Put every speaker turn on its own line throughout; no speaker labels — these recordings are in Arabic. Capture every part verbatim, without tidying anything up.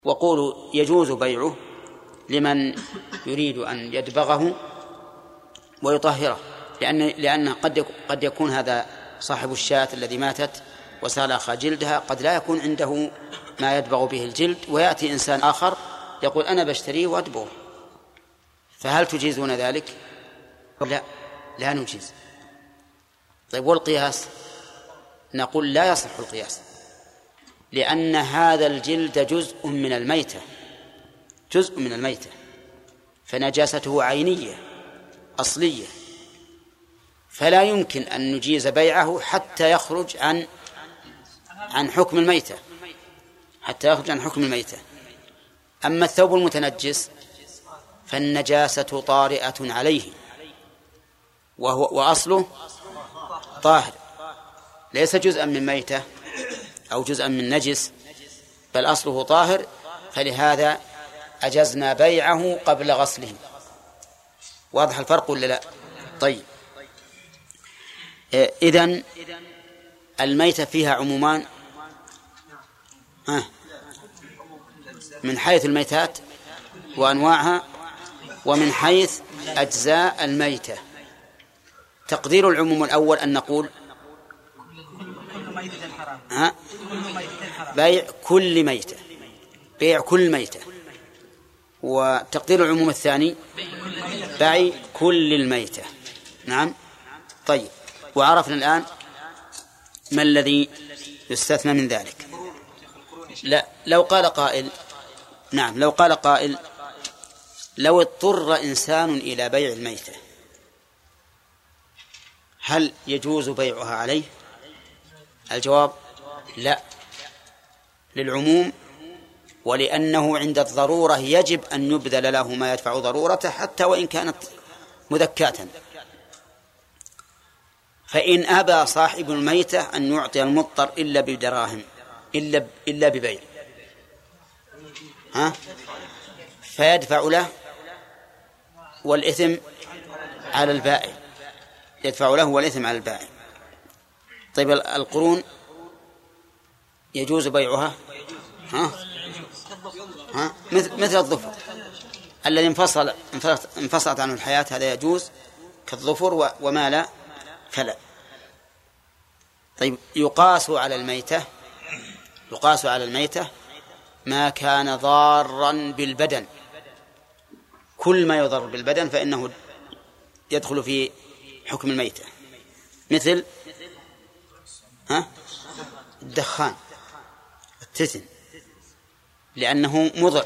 وقولوا يجوز بيعه لمن يريد أن يدبغه ويطهره، لأن لأن قد قد يكون هذا صاحب الشاة الذي ماتت وسلخ جلدها قد لا يكون عنده ما يدبغ به الجلد، ويأتي إنسان آخر يقول أنا بشتريه وأدبغه، فهل تجيزون ذلك؟ لا، لا نجيز. طيب والقياس؟ نقول لا يصح القياس، لأن هذا الجلد جزء من الميتة، جزء من الميتة، فنجاسته عينية أصلية، فلا يمكن أن نجيز بيعه حتى يخرج عن عن حكم الميتة، حتى يخرج عن حكم الميتة. أما الثوب المتنجس فالنجاسة طارئة عليه، وهو وأصله طاهر، ليس جزءا من ميتة أو جزءا من نجس، بل أصله طاهر، فلهذا أجزنا بيعه قبل غسله. واضح الفرق ولا لا؟ طيب، إذن الميتة فيها عمومان من حيث الميتات وأنواعها، ومن حيث أجزاء الميتة. تقدير العموم الأول أن نقول ها بيع كل ميتة، بيع كل ميتة. وتقدير العموم الثاني بيع كل الميتة. نعم. طيب، وعرفنا الآن ما الذي يستثنى من ذلك. لا، لو قال قائل نعم لو قال قائل لو اضطر إنسان إلى بيع الميتة هل يجوز بيعها عليه؟ الجواب لا، للعموم، ولأنه عند الضرورة يجب أن يبذل له ما يدفع ضرورته حتى وإن كانت مذكاة. فإن أبى صاحب الميتة أن يعطي المضطر إلا بدراهم إلا إلا ببيع ها فيدفع له، والإثم على البائع، يدفع له والإثم على البائع. طيب القرون يجوز بيعها ها ها مثل الظفر الذي انفصل انفصلت عنه الحياة، هذا يجوز كالظفر، وما لا فلا. طيب، يقاس على الميتة يقاس على الميتة ما كان ضارا بالبدن، كل ما يضر بالبدن فإنه يدخل في حكم الميتة، مثل ها الدخان، التسن، لأنه مضر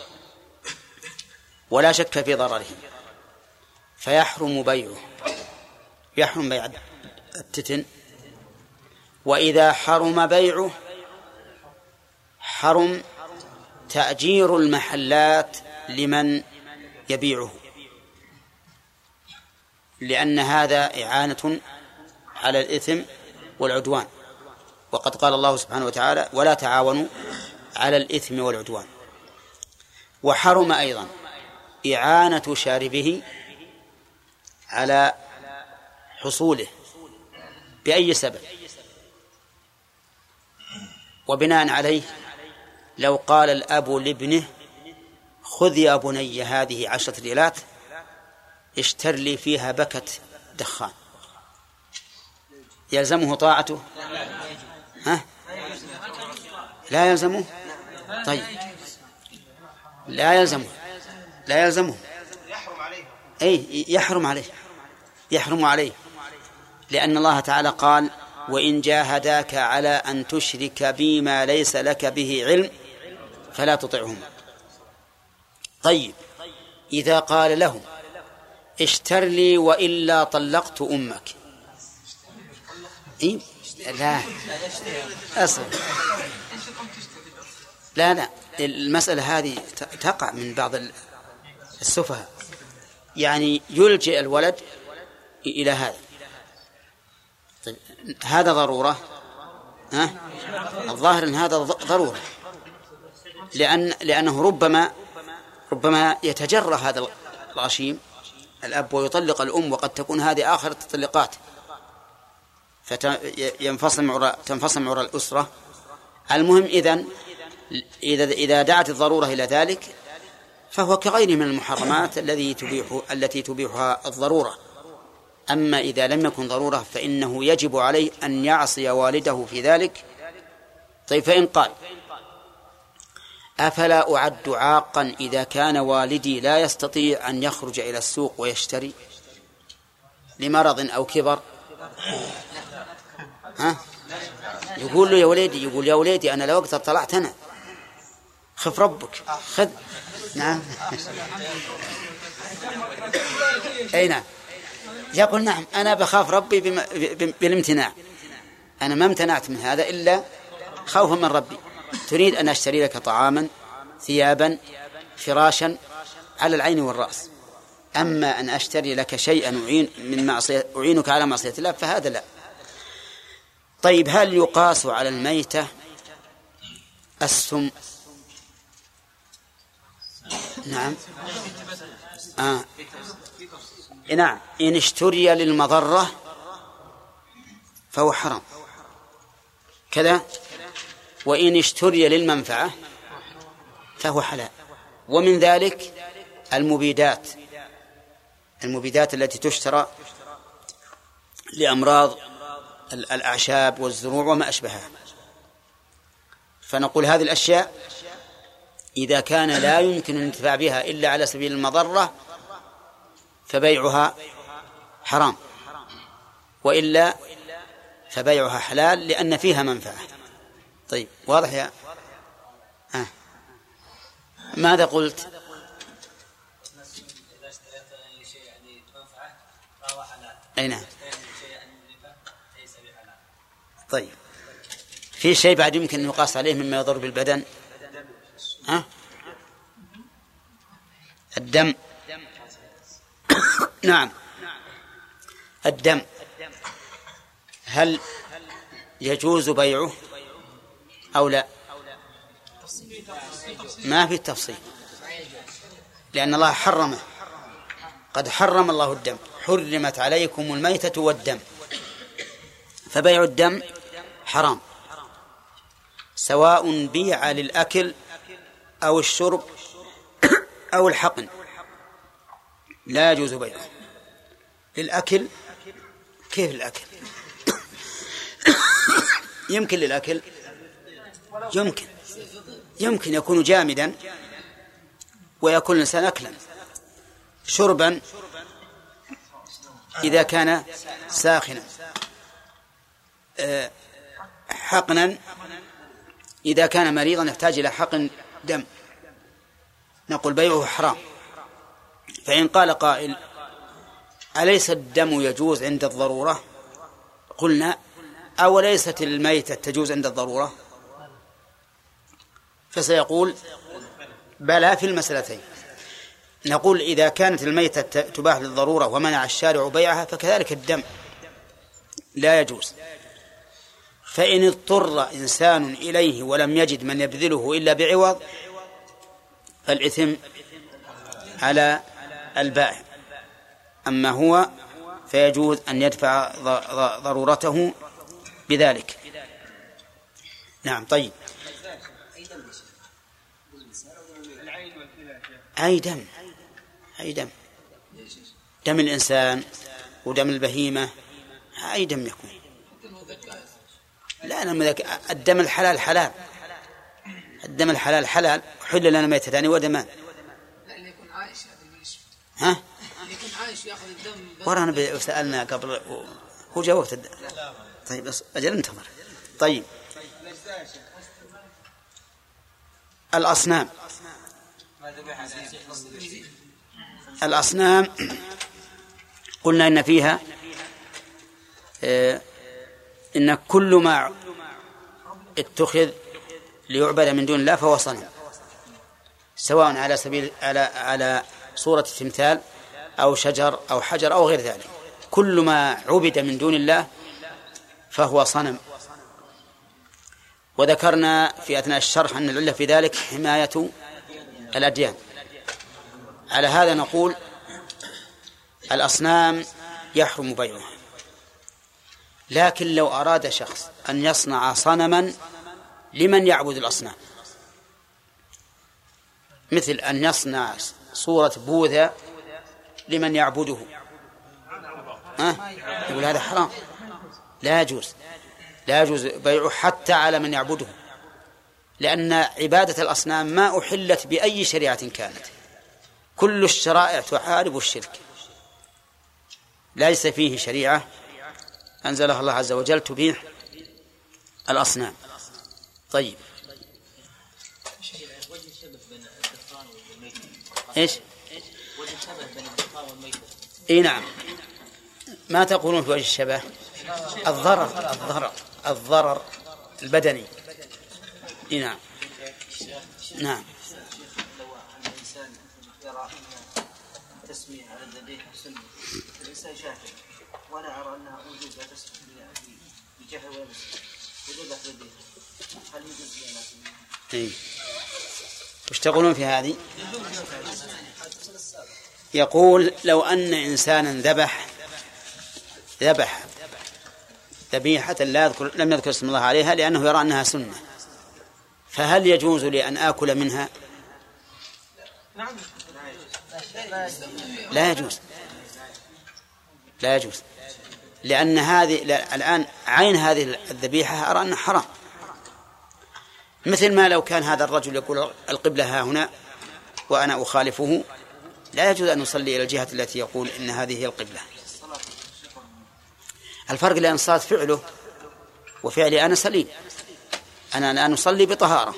ولا شك في ضرره، فيحرم بيعه، يحرم بيع التتن. وإذا حرم بيعه حرم تأجير المحلات لمن يبيعه، لأن هذا إعانة على الإثم والعدوان، وقد قال الله سبحانه وتعالى ولا تعاونوا على الإثم والعدوان. وحرم أيضا إعانة شاربه على حصوله بأي سبب. وبناء عليه لو قال الأب لابنه خذ يا بني هذه عشرة ريالات اشتر لي فيها بكة دخان، يلزمه طاعته؟ ها؟ لا يلزمه. طيب، لا يلزمه لا يلزمه أي يحرم عليه يحرم عليه لأن الله تعالى قال وإن جاهداك على أن تشرك بي ما ليس لك به علم فلا تطعهما. طيب، إذا قال له اشتر لي وإلا طلقت أمك، إيه؟ لا أصل لا لا المسألة هذه تقع من بعض السفهاء، يعني يلجئ الولد إلى هذا. طيب، هذا ضرورة؟ ها؟ الظاهر أن هذا ضرورة، لأن لأنه ربما ربما يتجرى هذا الغشيم الأب ويطلق الأم، وقد تكون هذه آخر التطلقات، فتنفصل معرى تنفصل معرى الأسرة. المهم إذن إذا إذا دعت الضرورة إلى ذلك فهو كغيره من المحرمات الذي تبيح التي تبيحها الضرورة. أما إذا لم يكن ضرورة فإنه يجب عليه أن يعصي والده في ذلك. طيب فإن قال أفلا أعد عاقا إذا كان والدي لا يستطيع أن يخرج إلى السوق ويشتري لمرض أو كبر؟ ها؟ يقول له يا وليدي يقول يا وليدي أنا لو أقدر طلعت أنا، خف ربك خذ. نعم. أي نعم. يقول نعم أنا بخاف ربي بم... بالامتناع، أنا ما امتنعت من هذا إلا خوفا من ربي. تريد أن أشتري لك طعاما ثيابا فراشا على العين والرأس، أما أن أشتري لك شيئا أعين من معصية أعينك على معصية الله فهذا لا. طيب هل يقاس على الميتة السم؟ نعم. آه. نعم إن اشتري للمضرة فهو حرام كذا، وإن اشتري للمنفعة فهو حلال. ومن ذلك المبيدات المبيدات التي تشترى لأمراض الأعشاب والزروع وما أشبهها. فنقول هذه الأشياء إذا كان لا يمكن الانتفاع بها إلا على سبيل المضرة فبيعها حرام، وإلا فبيعها حلال لأن فيها منفعة. طيب واضح يا آه. ماذا قلت؟ أي نعم. طيب في شيء بعد يمكن أن يقاس عليه مما يضر بالبدن؟ ها؟ الدم. نعم الدم هل يجوز بيعه أو لا؟ ما في التفصيل، لأن الله حرمه، قد حرم الله الدم، حرمت عليكم الميتة والدم، فبيع الدم حرام سواء بيع للأكل أو الشرب أو الحقن، لا يجوز بيعه. للأكل كيف الأكل؟ يمكن للأكل يمكن يمكن يكون جامدا ويكون الإنسان أكلا. شربا إذا كان ساخنا، حقنا إذا كان مريضا يحتاج إلى حقن دم، نقول بيعه حرام. فإن قال قائل أليس الدم يجوز عند الضرورة؟ قلنا أوليست الميتة تجوز عند الضرورة؟ فسيقول بلى في المسألتين. نقول إذا كانت الميتة تباح للضرورة ومنع الشارع بيعها فكذلك الدم لا يجوز. فإن اضطر إنسان إليه ولم يجد من يبذله إلا بعوض فالإثم على البائع، أما هو فيجوز أن يدفع ضرورته بذلك. نعم. طيب أي دم أي دم دم الإنسان ودم البهيمة أي دم يكون. لا أنا الدم الحلال حلال، الدم الحلال حلال، حل لنا ميتتان ودمان. ها؟ ورانا سألنا قبل هو جاوبت الدم. طيب بس أجل انتظر. طيب الأصنام الأصنام قلنا إن فيها آه إن كل ما اتخذ ليعبد من دون الله فهو صنم، سواء على سبيل على على صورة تمثال أو شجر أو حجر أو غير ذلك، كل ما عبد من دون الله فهو صنم. وذكرنا في أثناء الشرح أن العلة في ذلك حماية الأديان. على هذا نقول الأصنام يحرم بيعها، لكن لو أراد شخص أن يصنع صنما لمن يعبد الأصنام مثل أن يصنع صورة بوذا لمن يعبده، ها؟ يقول هذا حرام، لا يجوز، لا يجوز بيعه حتى على من يعبده، لأن عبادة الأصنام ما أحلت بأي شريعة كانت، كل الشرائع تحارب الشرك، ليس فيه شريعة أنزلها الله عز وجل تبيح الأصنام. طيب إيش؟
وجه الشبه بين الدخان والميتة.
إيه نعم. ما تقولون في وجه الشبه؟ الضرر الضرر الضرر البدني. إيه نعم. نعم.
لو أن الإنسان يرى أن التسمية على الذبيحة سنة، الإنسان شافعي وأنا أرى أنها وجوب لا تسمية بجهل ولا وجوب الذبيحة، هل يجوز لنا؟
إيه. وش تقولون في هذه؟ يقول لو أن إنسانا ذبح ذبح ذبيحة لا يذكر لم يذكر اسم الله عليها لأنه يرى أنها سنة، فهل يجوز لي أن آكل منها؟ لا يجوز، لا يجوز، لأن هذه الآن عين هذه الذبيحة أرى أنها حرام، مثل ما لو كان هذا الرجل يقول القبلة ها هنا وأنا أخالفه، لا يجوز أن نصلي إلى الجهة التي يقول إن هذه هي القبلة. الفرق لأن صارت فعله وفعلي أنا سليم، أنا الآن أصلي بطهارة.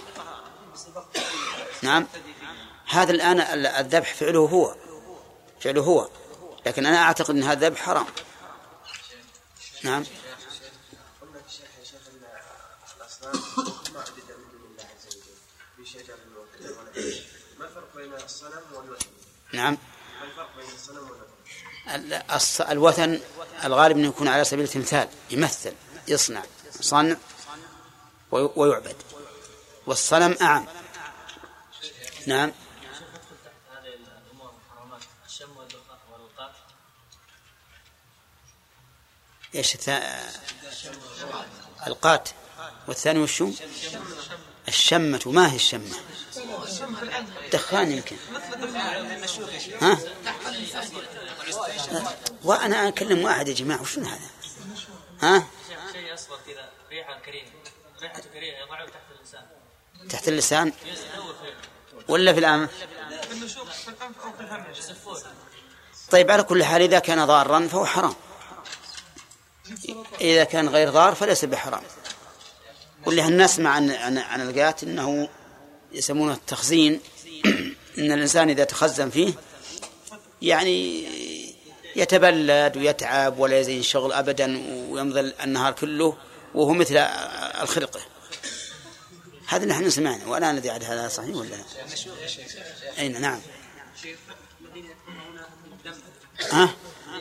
نعم، هذا الآن الذبح فعله هو فعله هو لكن أنا أعتقد أن هذا الذبح حرام. نعم.
ما الفرق بين الصنم والوثن؟
نعم.
ما الفرق بين الصنم والوثن؟
الوثن الغالب أنه يكون على سبيل التمثال، يمثل، يصنع صنع ويعبد، والصنم أعم. نعم.
هذه الأمور محرمات، الشم واللقاط.
إيش القات والثاني والشم؟ الشمة. ما هي الشمة؟ دخان يمكن. ها؟ وأنا أكلم واحد يا جماعة، وشون هذا؟ ها؟
شيء أصفر كذا، ريحة كريهة، ريحة كريهة يضعه تحت اللسان.
تحت اللسان ولا في الأنف؟ طيب على كل حال إذا كان ضارا فهو حرام، إذا كان غير ضار فليس بحرام. واللي نسمع عن عن عن القات إنه يسمونه التخزين، إن الإنسان إذا تخزن فيه يعني يتبلد ويتعب ولا يزين شغل أبدا ويمضي النهار كله وهو مثل الخرقة. هذا نحن سمعنا، وأنا ندري عن هذا صحيح ولا لا؟ أين؟ نعم. ها؟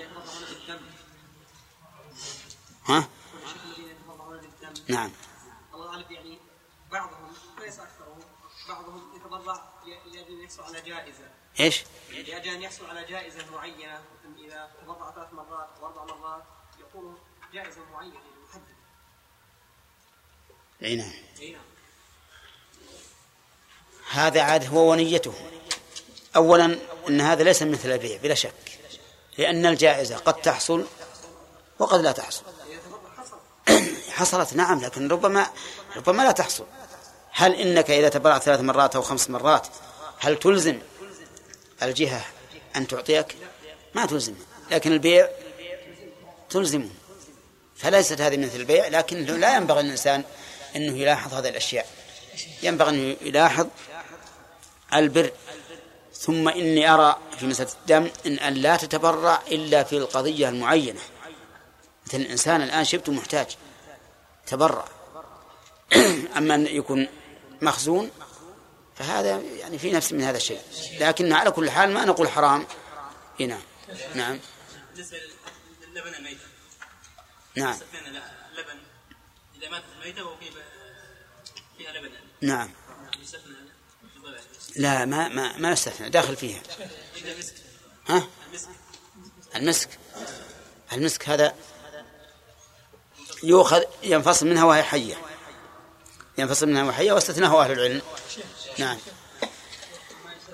ها؟ نعم.
الغالب يعني بعضهم ليس أكثرهم، بعضهم يتضرع لأجل أن يحصل على جائزة.
إيش؟
لأجل أن يحصل على جائزة معينة، إذا تضرع ثلاث مرات وأربع مرات يقولون جائزة معينة محددة.
أي نعم. هذا عاد هو ونيته. أولا إن هذا ليس مثل البيع بلا شك، لأن الجائزة قد تحصل وقد لا تحصل. حصلت نعم، لكن ربما ربما لا تحصل. هل إنك إذا تبرعت ثلاث مرات أو خمس مرات هل تلزم الجهة أن تعطيك؟ ما تلزم، لكن البيع تلزمه، فليست هذه مثل البيع. لكن لا ينبغي الإنسان أنه يلاحظ هذه الأشياء، ينبغي أنه يلاحظ البر. ثم إني أرى في مسألة الدم إن أن لا تتبرع إلا في القضية المعينة، مثل الإنسان الآن شبته محتاج تبرع. أما أن يكون مخزون فهذا يعني في نفس من هذا الشيء، لكن على كل حال ما نقول حرام. نعم. نعم.
بالنسبة للبن الميتة،
نعم.
اللبن إذا ماتت الميتة وفيها لبن،
نعم. لا ما ما ما يستثنى، داخل فيها. ها؟ المسك. المسك هذا يؤخذ ينفصل منها وهي حية، ينفصل منها وهي حية، واستثناه أهل العلم. نعم.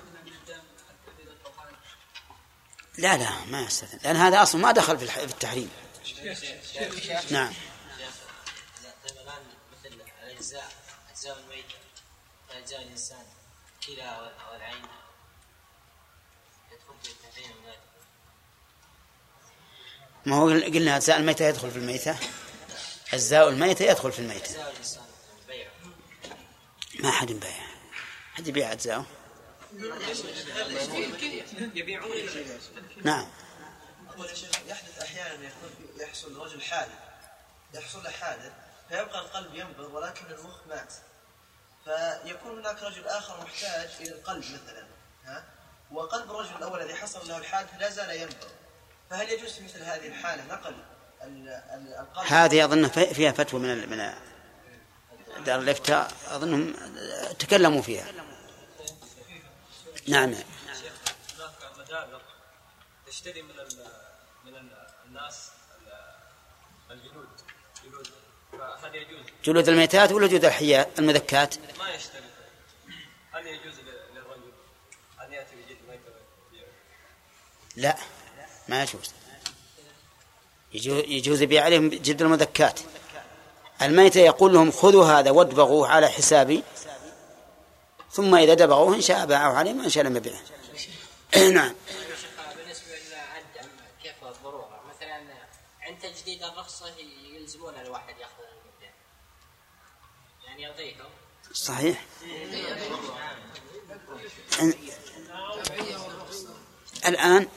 لا لا ما يستثنى، لأن هذا أصلا ما دخل في التحريم. نعم.
الآن مثل الأجزاء أجزاء الميتة أجزاء الإنسان كلا أو العين يدخل في التحريم ولا يدخل؟
ما هو قلنا أجزاء الميتة يدخل في الميتة، أجزاء الميتة يدخل في الميتة.
أجزاء الإنسان بيع
ما حد يبيع، حد يبيع أجزاءه. نعم.
أقول يا شيخ يحدث أحيانا يحصل رجل حادث يحصل له حادث فيبقى القلب ينبض ولكن المخ مات، فيكون هناك رجل آخر محتاج إلى القلب مثلا، ها؟ وقلب الرجل الأول الذي حصل له الحادث لا زال ينبض، فهل يجوز في مثل هذه الحالة نقل القلب؟
هذه أظن فيها فتوى من من دار الإفتاء، أظنهم تكلموا فيها. نعم.
هناك مدابر تشتري من من الناس الجلود جلود، فهل يجوز؟
جلود الميتات ولا جلود الحيات المذكات؟
ما يشتري. هل يجوز للرجل أن يأتي بجلد ميت ويبيعه؟
لا ما يجوز. يجوز يبيع عليهم جلد المذكات. الميتة يقول لهم خذوا هذا وادبغوه على حسابي، ثم إذا دبغوه إن شاء باعوا عليه ما إن شاء لم يبيعه. نعم.
بالنسبة للعد كيف الضرورة مثلا عند تجديد الرخصة يلزمون الواحد يأخذ المبدأ يعني يعطيهم.
صحيح. الآن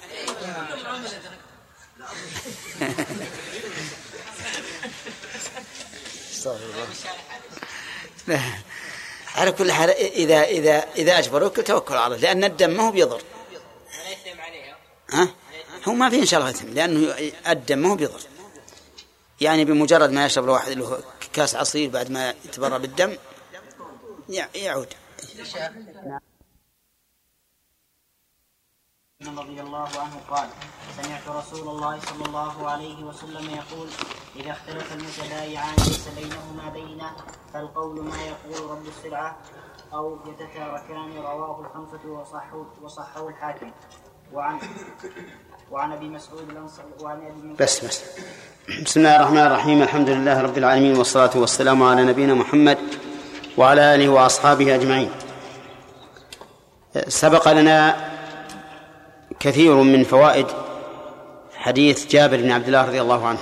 على كل حال إذا إذا إذا أجبروك توكل على الله، لأن الدم ما هو بيضر. ها؟ هو ما في إن شاء الله يتم، لأنه الدم ما هو بيضر. يعني بمجرد ما يشرب الواحد له كاس عصير بعد ما يتبرى بالدم يعود.
رضي الله عنه قال: سمعت رسول الله صلى الله عليه وسلم يقول: إذا اختلف المتبايعان ليس بينهما بينة فالقول ما يقول رب السلعة أو يتتاركان. رواه الخمسة وصحوا وصحوا الحاكم. وعن وعن أبي مسعود الأنصاري وعن أبي
بس بس بسم الله الرحمن الرحيم. الحمد لله رب العالمين، والصلاة والسلام على نبينا محمد وعلى آله وأصحابه أجمعين. سبق لنا كثير من فوائد حديث جابر بن عبد الله رضي الله عنه،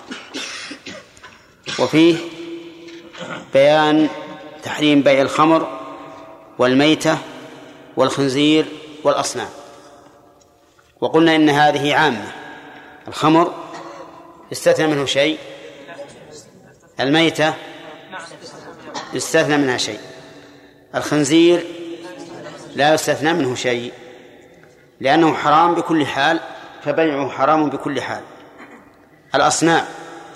وفيه بيان تحريم بيع الخمر والميتة والخنزير والأصنام. وقلنا إن هذه عامة، الخمر استثنى منه شيء، الميتة استثنى منها شيء، الخنزير لا يستثنى منه شيء لأنه حرام بكل حال، فبيعه حرام بكل حال. الأصنام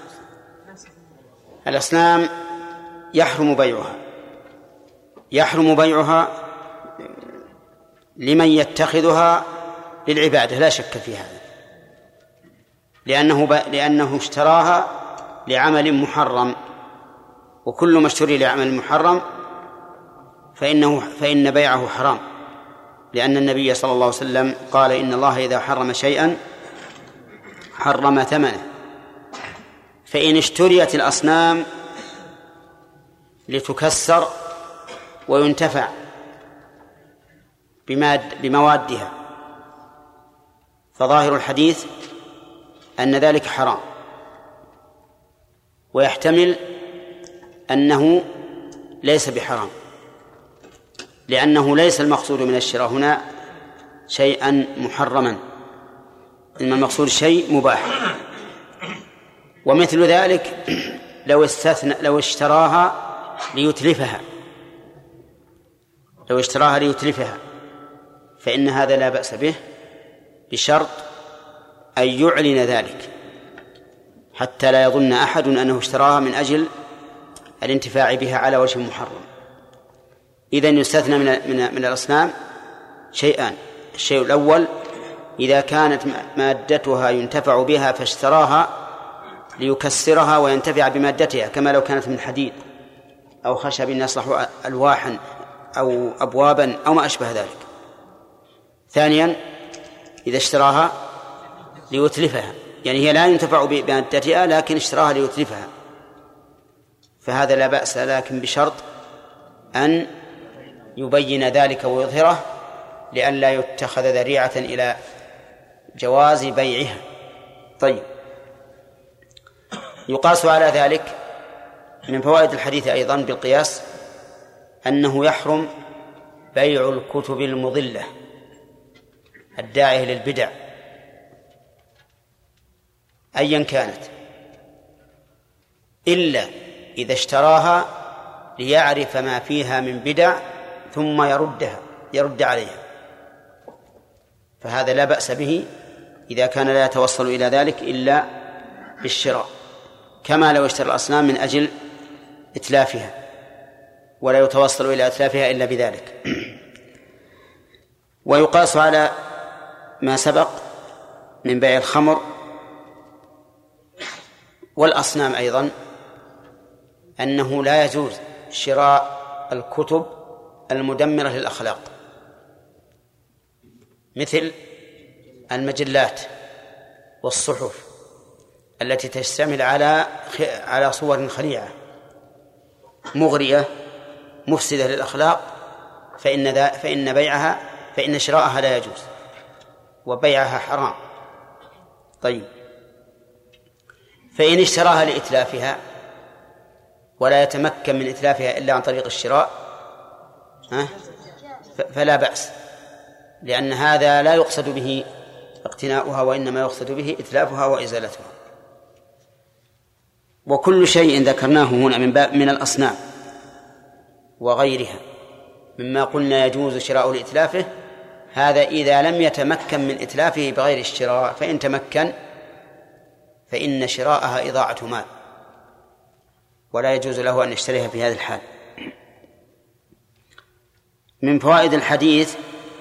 الأصنام يحرم بيعها يحرم بيعها لمن يتخذها للعبادة، لا شك في هذا، لأنه, ب... لأنه اشتراها لعمل محرم، وكل ما اشتري لعمل محرم فإنه فإن بيعه حرام، لأن النبي صلى الله عليه وسلم قال: إن الله إذا حرم شيئا حرم ثمنه. فإن اشتريت الأصنام لتكسر وينتفع بماد بموادها فظاهر الحديث أن ذلك حرام، ويحتمل أنه ليس بحرام، لأنه ليس المقصود من الشراء هنا شيئا محرما، إنما المقصود شيء مباح. ومثل ذلك لو استثنى لو اشتراها ليتلفها لو اشتراها ليتلفها فإن هذا لا بأس به، بشرط أن يعلن ذلك حتى لا يظن أحد أنه اشتراها من أجل الانتفاع بها على وجه محرم. إذن يستثنى من من من الأصنام شيئان: الشيء الأول إذا كانت مادتها ينتفع بها فاشتراها ليكسرها وينتفع بمادتها، كما لو كانت من حديد أو خشب يصلح ألواحا أو أبوابا أو ما أشبه ذلك. ثانيا إذا اشتراها ليتلفها، يعني هي لا ينتفع بمادتها لكن اشتراها ليتلفها، فهذا لا بأس، لكن بشرط أن يبين ذلك ويظهره لئلا يتخذ ذريعة إلى جواز بيعها. طيب، يقاس على ذلك من فوائد الحديث أيضا بالقياس أنه يحرم بيع الكتب المضلة الداعية للبدع أيا كانت، إلا إذا اشتراها ليعرف ما فيها من بدع ثم يردها يرد عليها، فهذا لا بأس به إذا كان لا يتوصل إلى ذلك إلا بالشراء، كما لو اشترى الأصنام من أجل إتلافها ولا يتوصل إلى إتلافها إلا بذلك. ويقاس على ما سبق من بيع الخمر والأصنام أيضا أنه لا يجوز شراء الكتب المدمرة للأخلاق مثل المجلات والصحف التي تشتمل على على صور خليعة مغرية مفسدة للأخلاق، فإن ذا فإن بيعها فإن شراءها لا يجوز وبيعها حرام. طيب، فإن اشتراها لإتلافها ولا يتمكن من إتلافها إلا عن طريق الشراء ها فلا بأس، لأن هذا لا يقصد به اقتناؤها وإنما يقصد به إتلافها وإزالتها. وكل شيء ذكرناه هنا من باب من الأصنام وغيرها مما قلنا يجوز شراء لإتلافه، هذا إذا لم يتمكن من إتلافه بغير الشراء، فإن تمكن فإن شراءها إضاعة مال ولا يجوز له أن يشتريها في هذه الحال. من فوائد الحديث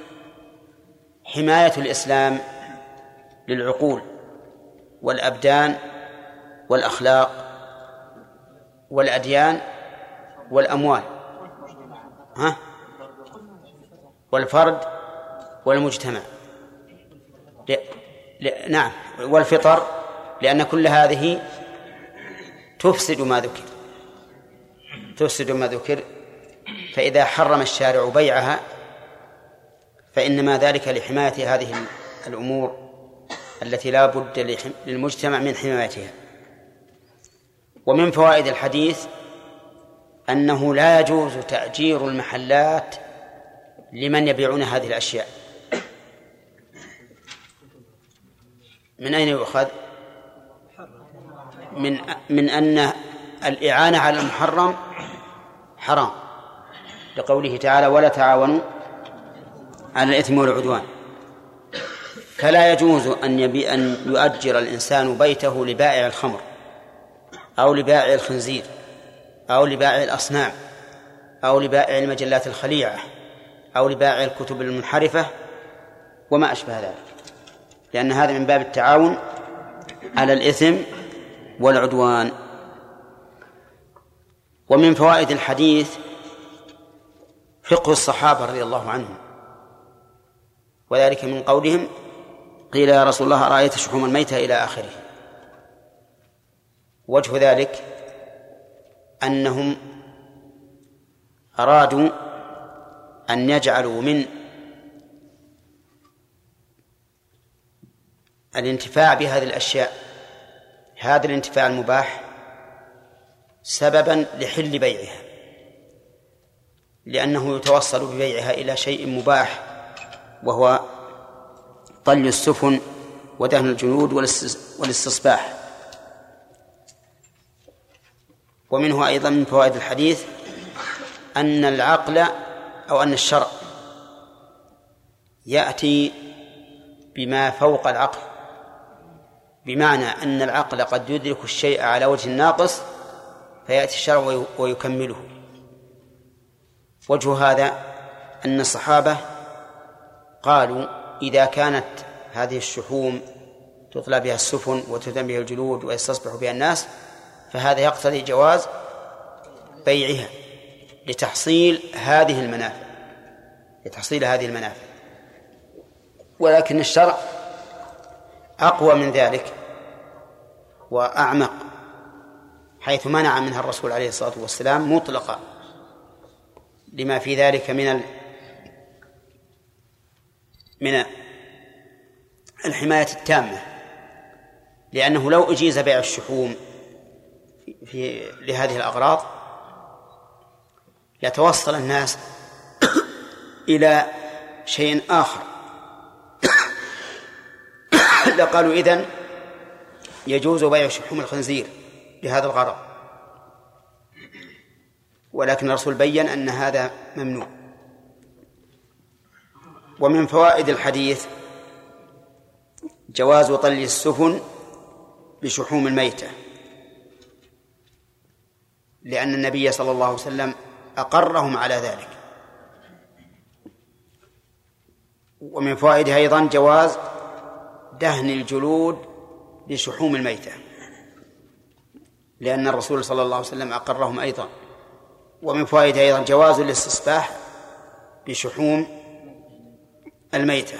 حماية الإسلام للعقول والأبدان والأخلاق والأديان والأموال ها والفرد والمجتمع ل... ل... نعم والفطر، لأن كل هذه تفسد ما ذكر تفسد ما ذكر فإذا حرم الشارع بيعها فإنما ذلك لحماية هذه الأمور التي لا بد للمجتمع من حمايتها. ومن فوائد الحديث أنه لا يجوز تأجير المحلات لمن يبيعون هذه الأشياء. من أين يؤخذ؟ من من أن الإعانة على المحرم حرام، لقوله تعالى ولا تعاونوا على الإثم والعدوان، فلا يجوز أن يبي أن يؤجر الإنسان بيته لبائع الخمر أو لبائع الخنزير أو لبائع الأصنام أو لبائع المجلات الخليعة أو لبائع الكتب المنحرفة وما أشبه ذلك، لأن هذا من باب التعاون على الإثم والعدوان. ومن فوائد الحديث فقه الصحابة رضي الله عنهم، وذلك من قولهم قيل يا رسول الله أرأيت شحوم الميتة إلى آخره. وجه ذلك أنهم أرادوا أن يجعلوا من الانتفاع بهذه الأشياء هذا الانتفاع المباح سببا لحل بيعها، لأنه يتوصل ببيعها إلى شيء مباح وهو طل السفن ودهن الجلود والاستصباح. ومنه أيضا من فوائد الحديث أن العقل أو أن الشرع يأتي بما فوق العقل، بمعنى أن العقل قد يدرك الشيء على وجه ناقص فيأتي الشرع ويكمله. وجه هذا أن الصحابة قالوا إذا كانت هذه الشحوم تطلى بها السفن وتتم بها الجلود ويستصبح بها الناس فهذا يقتضي جواز بيعها لتحصيل هذه المنافع لتحصيل هذه المنافع ولكن الشرع أقوى من ذلك وأعمق، حيث منع منها الرسول عليه الصلاة والسلام مطلقا لما في ذلك من ال... من الحماية التامة، لأنه لو أجيز بيع الشحوم في لهذه الأغراض يتوصل الناس إلى شيء آخر لقالوا إذن يجوز بيع شحوم الخنزير لهذا الغرض، ولكن الرسول بيّن أن هذا ممنوع. ومن فوائد الحديث جواز طلي السفن بشحوم الميتة، لأن النبي صلى الله عليه وسلم أقرهم على ذلك. ومن فوائده أيضا جواز دهن الجلود بشحوم الميتة، لأن الرسول صلى الله عليه وسلم أقرهم أيضا. ومن فوائده أيضا جواز الاستصباح بشحوم الميتة،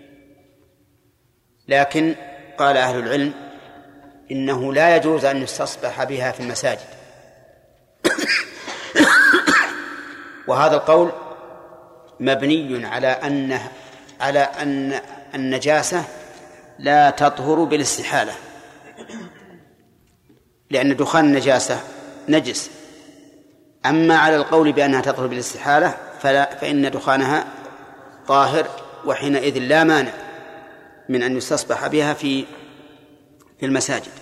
لكن قال أهل العلم إنه لا يجوز أن يستصبح بها في المساجد وهذا القول مبني على أن على أن النجاسة لا تطهر بالاستحالة، لأن دخان النجاسة نجس. أما على القول بأنها تطهر بالاستحالة فلا فإن دخانها طاهر، وحينئذ لا مانع من أن يستصبح بها في في المساجد.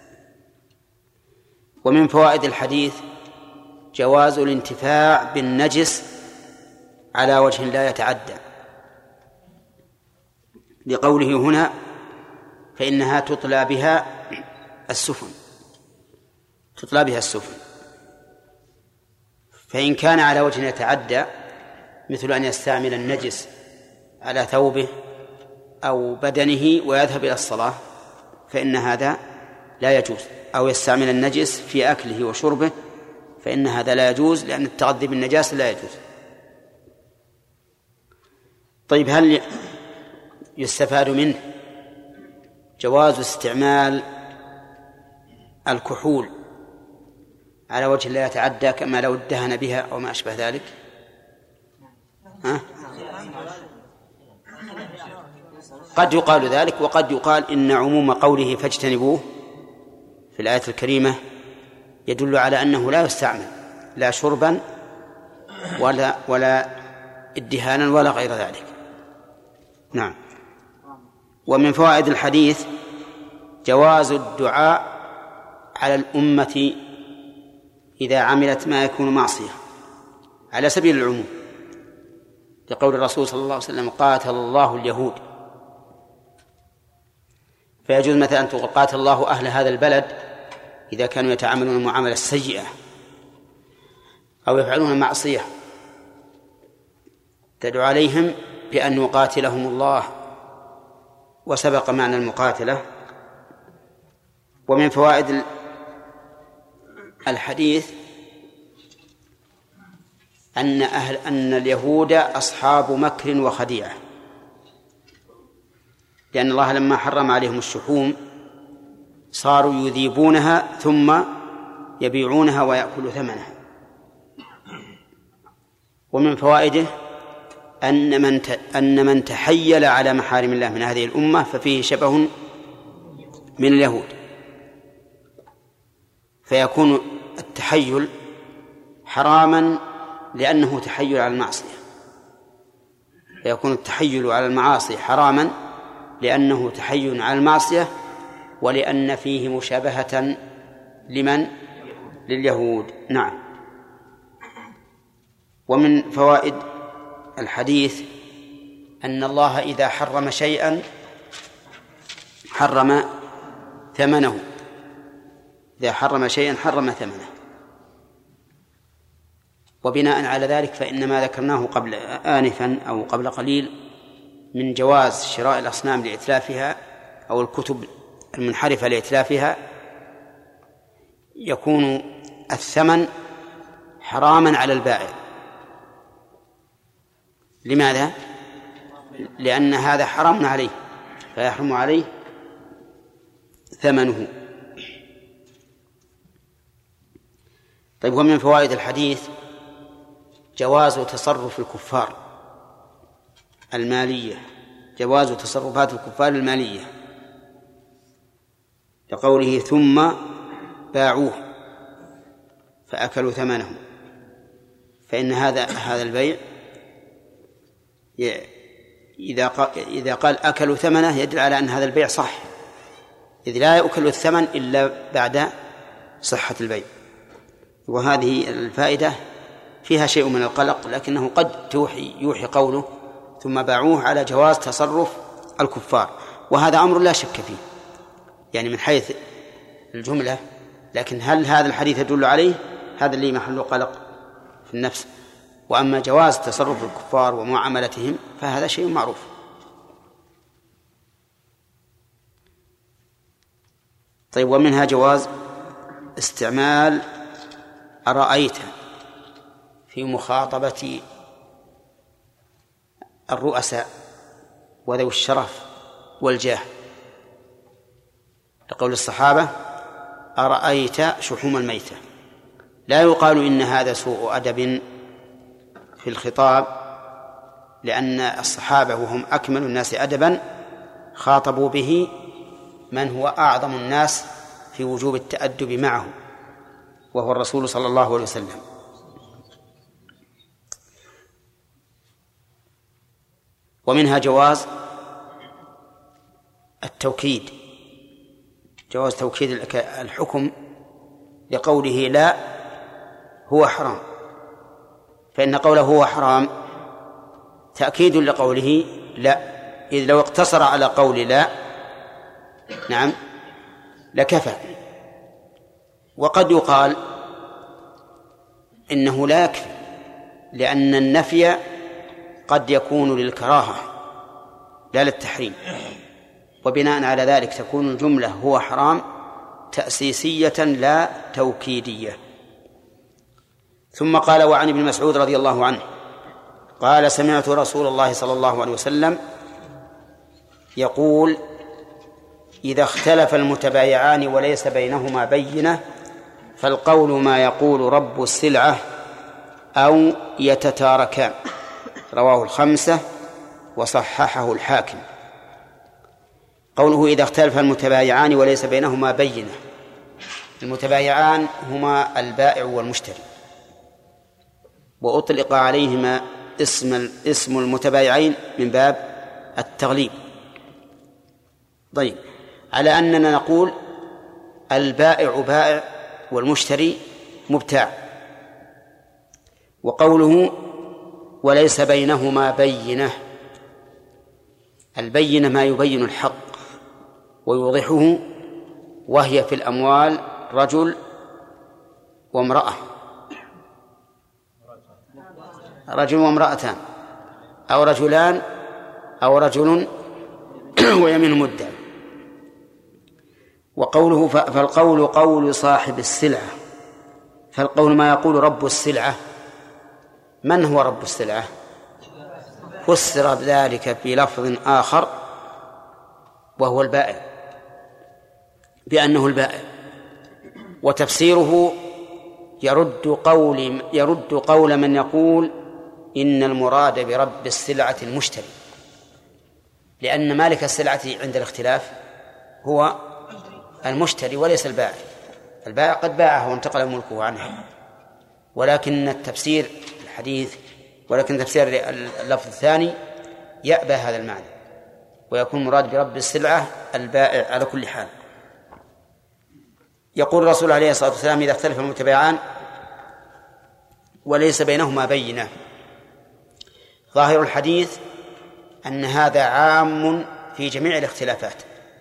ومن فوائد الحديث جواز الانتفاع بالنجس على وجه لا يتعدى، لقوله هنا فإنها تطلى بها السفن تطلى بها السفن فإن كان على وجه يتعدى مثل أن يستعمل النجس على ثوبه أو بدنه ويذهب إلى الصلاة فإن هذا لا يجوز، أو يستعمل النجس في أكله وشربه فإن هذا لا يجوز، لأن التغذي بالنجاسة لا يجوز. طيب، هل يستفاد منه جواز استعمال الكحول على وجه لا يتعدى كما لو ادهن بها أو ما أشبه ذلك؟ ها؟ قد يقال ذلك، وقد يقال إن عموم قوله فاجتنبوه في الآية الكريمة يدل على أنه لا يستعمل لا شربا ولا ولا ادهانا ولا غير ذلك. نعم. ومن فوائد الحديث جواز الدعاء على الأمة إذا عملت ما يكون معصية على سبيل العموم، لقول الرسول صلى الله عليه وسلم قاتل الله اليهود، فيجوز مثلا أن تقول قاتل الله أهل هذا البلد إذا كانوا يتعاملون المعاملة السيئة أو يفعلون المعصية، تدعو عليهم بأن يقاتلهم الله، وسبق معنى المقاتلة. ومن فوائد الحديث أن أهل أن اليهود أصحاب مكر وخديعة، لأن الله لما حرم عليهم الشحوم صاروا يذيبونها ثم يبيعونها ويأكلوا ثمنها. ومن فوائده أن من أن من تحيل على محارم الله من هذه الأمة ففيه شبه من اليهود، فيكون التحيل حراما لأنه تحيل على المعصية، فيكون التحيل على المعاصي حراما لأنه تحيل على المعصية، ولأن فيه مشابهة لمن؟ لليهود. نعم. ومن فوائد الحديث أن الله إذا حرم شيئا حرم ثمنه، إذا حرم شيئا حرم ثمنه. وبناء على ذلك فإن ما ذكرناه قبل آنفا أو قبل قليل من جواز شراء الأصنام لإتلافها أو الكتب المنحرفة لإتلافها يكون الثمن حراما على البائع. لماذا؟ لأن هذا حرام عليه فيحرم عليه ثمنه. طيب، ومن فوائد الحديث جواز تصرف الكفار المالية، جواز تصرفات الكفار المالية، لقوله ثم باعوه فأكلوا ثمنه، فإن هذا هذا البيع إذا إذا قال أكلوا ثمنه يدل على أن هذا البيع صح، إذ لا يؤكل الثمن إلا بعد صحة البيع. وهذه الفائدة فيها شيء من القلق، لكنه قد توحي يوحي قوله ثم باعوه على جواز تصرف الكفار، وهذا أمر لا شك فيه يعني من حيث الجملة، لكن هل هذا الحديث يدل عليه؟ هذا اللي محل قلق في النفس. وأما جواز تصرف الكفار ومعاملتهم فهذا شيء معروف. طيب، ومنها جواز استعمال أرأيت في مخاطبة الرؤساء وذوي الشرف والجاه، لقول الصحابة أرأيت شحوم الميتة. لا يقال إن هذا سوء أدب في الخطاب، لأن الصحابة وهم أكمل الناس أدبا خاطبوا به من هو أعظم الناس في وجوب التأدب معه، وهو الرسول صلى الله عليه وسلم. ومنها جواز التوكيد، جواز توكيد الحكم لقوله لا هو حرام، فإن قوله هو حرام تأكيد لقوله لا، إذ لو اقتصر على قول لا نعم لكفى. وقد يقال إنه لا يكفي، لأن النفي قد يكون للكراهة لا للتحريم، وبناء على ذلك تكون الجملة هو حرام تأسيسية لا توكيدية. ثم قال: وعن ابن مسعود رضي الله عنه قال: سمعت رسول الله صلى الله عليه وسلم يقول: إذا اختلف المتبايعان وليس بينهما بينة فالقول ما يقول رب السلعة أو يتتاركان. رواه الخمسة وصححه الحاكم. قوله إذا اختلف المتبايعان وليس بينهما بينة، المتبايعان هما البائع والمشتري، وأطلق عليهما اسم اسم المتبايعين من باب التغليب. طيب، على أننا نقول البائع بائع والمشتري مبتاع. وقوله وليس بينهما بينة، البينة ما يبين الحق ويوضحه، وهي في الأموال رجل وامرأة، رجل وامرأتان، أو رجلان أو رجل ويمين مدعي. وقوله فالقول قول صاحب السلعة، فالقول ما يقول رب السلعة. من هو رب السلعة؟ فسر ذلك في لفظ آخر وهو البائع، بأنه البائع، وتفسيره يرد قول يرد قول من يقول إن المراد برب السلعة المشتري، لأن مالك السلعة عند الاختلاف هو المشتري وليس البائع. البائع قد باعه وانتقل ملكه عنه، ولكن التفسير الحديث ولكن تفسير اللفظ الثاني يأبى هذا المعنى، ويكون مراد برب السلعة البائع على كل حال. يقول الرسول عليه الصلاة والسلام إذا اختلف المتبايعان وليس بينهما بينة. ظاهر الحديث أن هذا عام في جميع الاختلافات،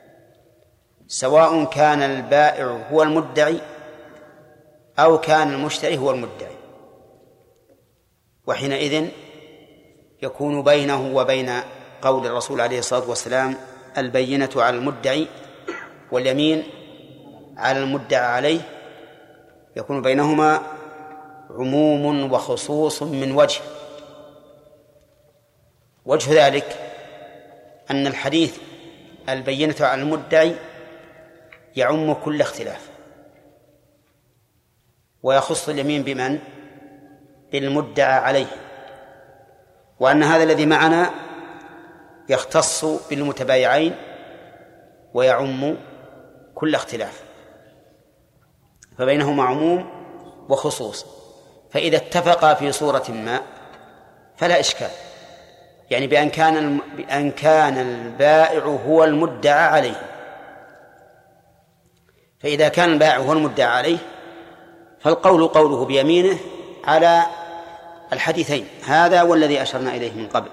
سواء كان البائع هو المدعي أو كان المشتري هو المدعي، وحينئذ يكون بينه وبين قول الرسول عليه الصلاة والسلام البينة على المدعي واليمين على المدعى عليه، يكون بينهما عموم وخصوص من وجه. وجه ذلك أن الحديث البينة على المدعي يعم كل اختلاف، ويخص اليمين بمن؟ بالمدعى عليه، وأن هذا الذي معنا يختص بالمتبايعين ويعم كل اختلاف، فبينهما عموم وخصوص. فإذا اتفقا في صورة ما فلا إشكال، يعني بأن كان بأن كان البائع هو المدعى عليه. فإذا كان البائع هو المدعى عليه فالقول قوله بيمينه على الحديثين، هذا والذي أشرنا إليه من قبل.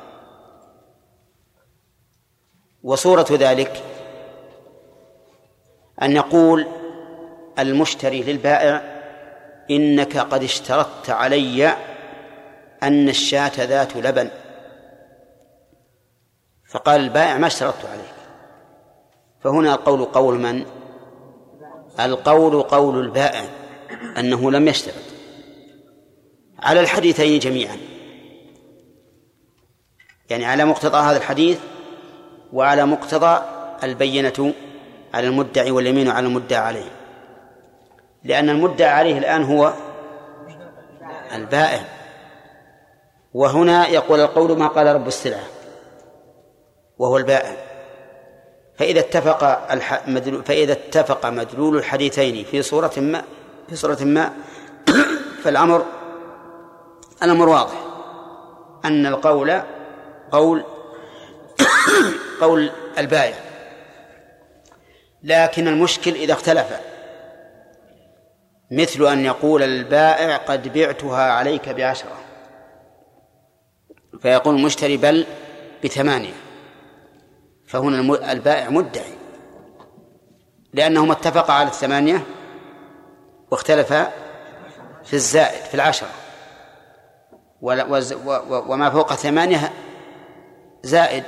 وصورة ذلك أن يقول المشتري للبائع: إنك قد اشترطت علي أن الشاة ذات لبن. فقال البائع: ما اشترطت عليك. فهنا القول قول من؟ القول قول البائع أنه لم يشترط على الحديثين جميعا، يعني على مقتضى هذا الحديث وعلى مقتضى البينة على المدعي واليمين على المدعى عليه، لأن المدعى عليه الآن هو البائع. وهنا يقول القول ما قال رب السلعة وهو البائع. فإذا اتفق الح... مدلول... فإذا اتفق مدلول الحديثين في صورة ما في صورة ما فالأمر الأمر واضح أن القول قول قول البائع. لكن المشكل إذا اختلف، مثل أن يقول البائع: قد بعتها عليك بعشرة، فيقول المشتري: بل بثمانية. فهنا البائع مدعي، لأنهما اتفقا على الثمانية واختلفا في الزائد في العشرة، وما فوق ثمانية زائد،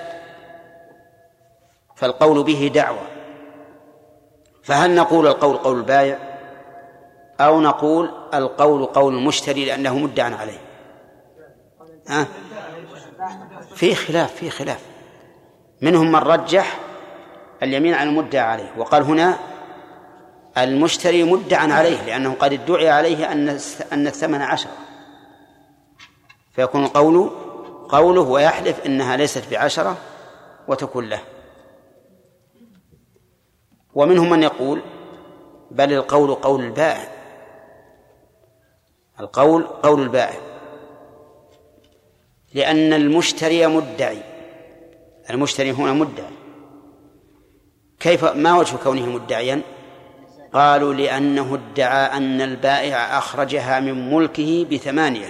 فالقول به دعوة. فهل نقول القول قول البائع أو نقول القول قول المشتري لأنه مدعى عليه؟ أه؟ في خلاف في خلاف منهم من رجح اليمين على المدعى عليه وقال هنا المشتري مدعى عليه لأنه قد ادعي عليه أن أن الثمن عشرة، فيكون القول قوله ويحلف إنها ليست بعشرة وتكون له. ومنهم من يقول بل القول قول البائع، القول قول البائع، لأن المشتري مدعي، المشتري هنا مدعي. كيف ما وجه كونه مدعيا؟ قالوا لأنه ادعى أن البائع أخرجها من ملكه بثمانية،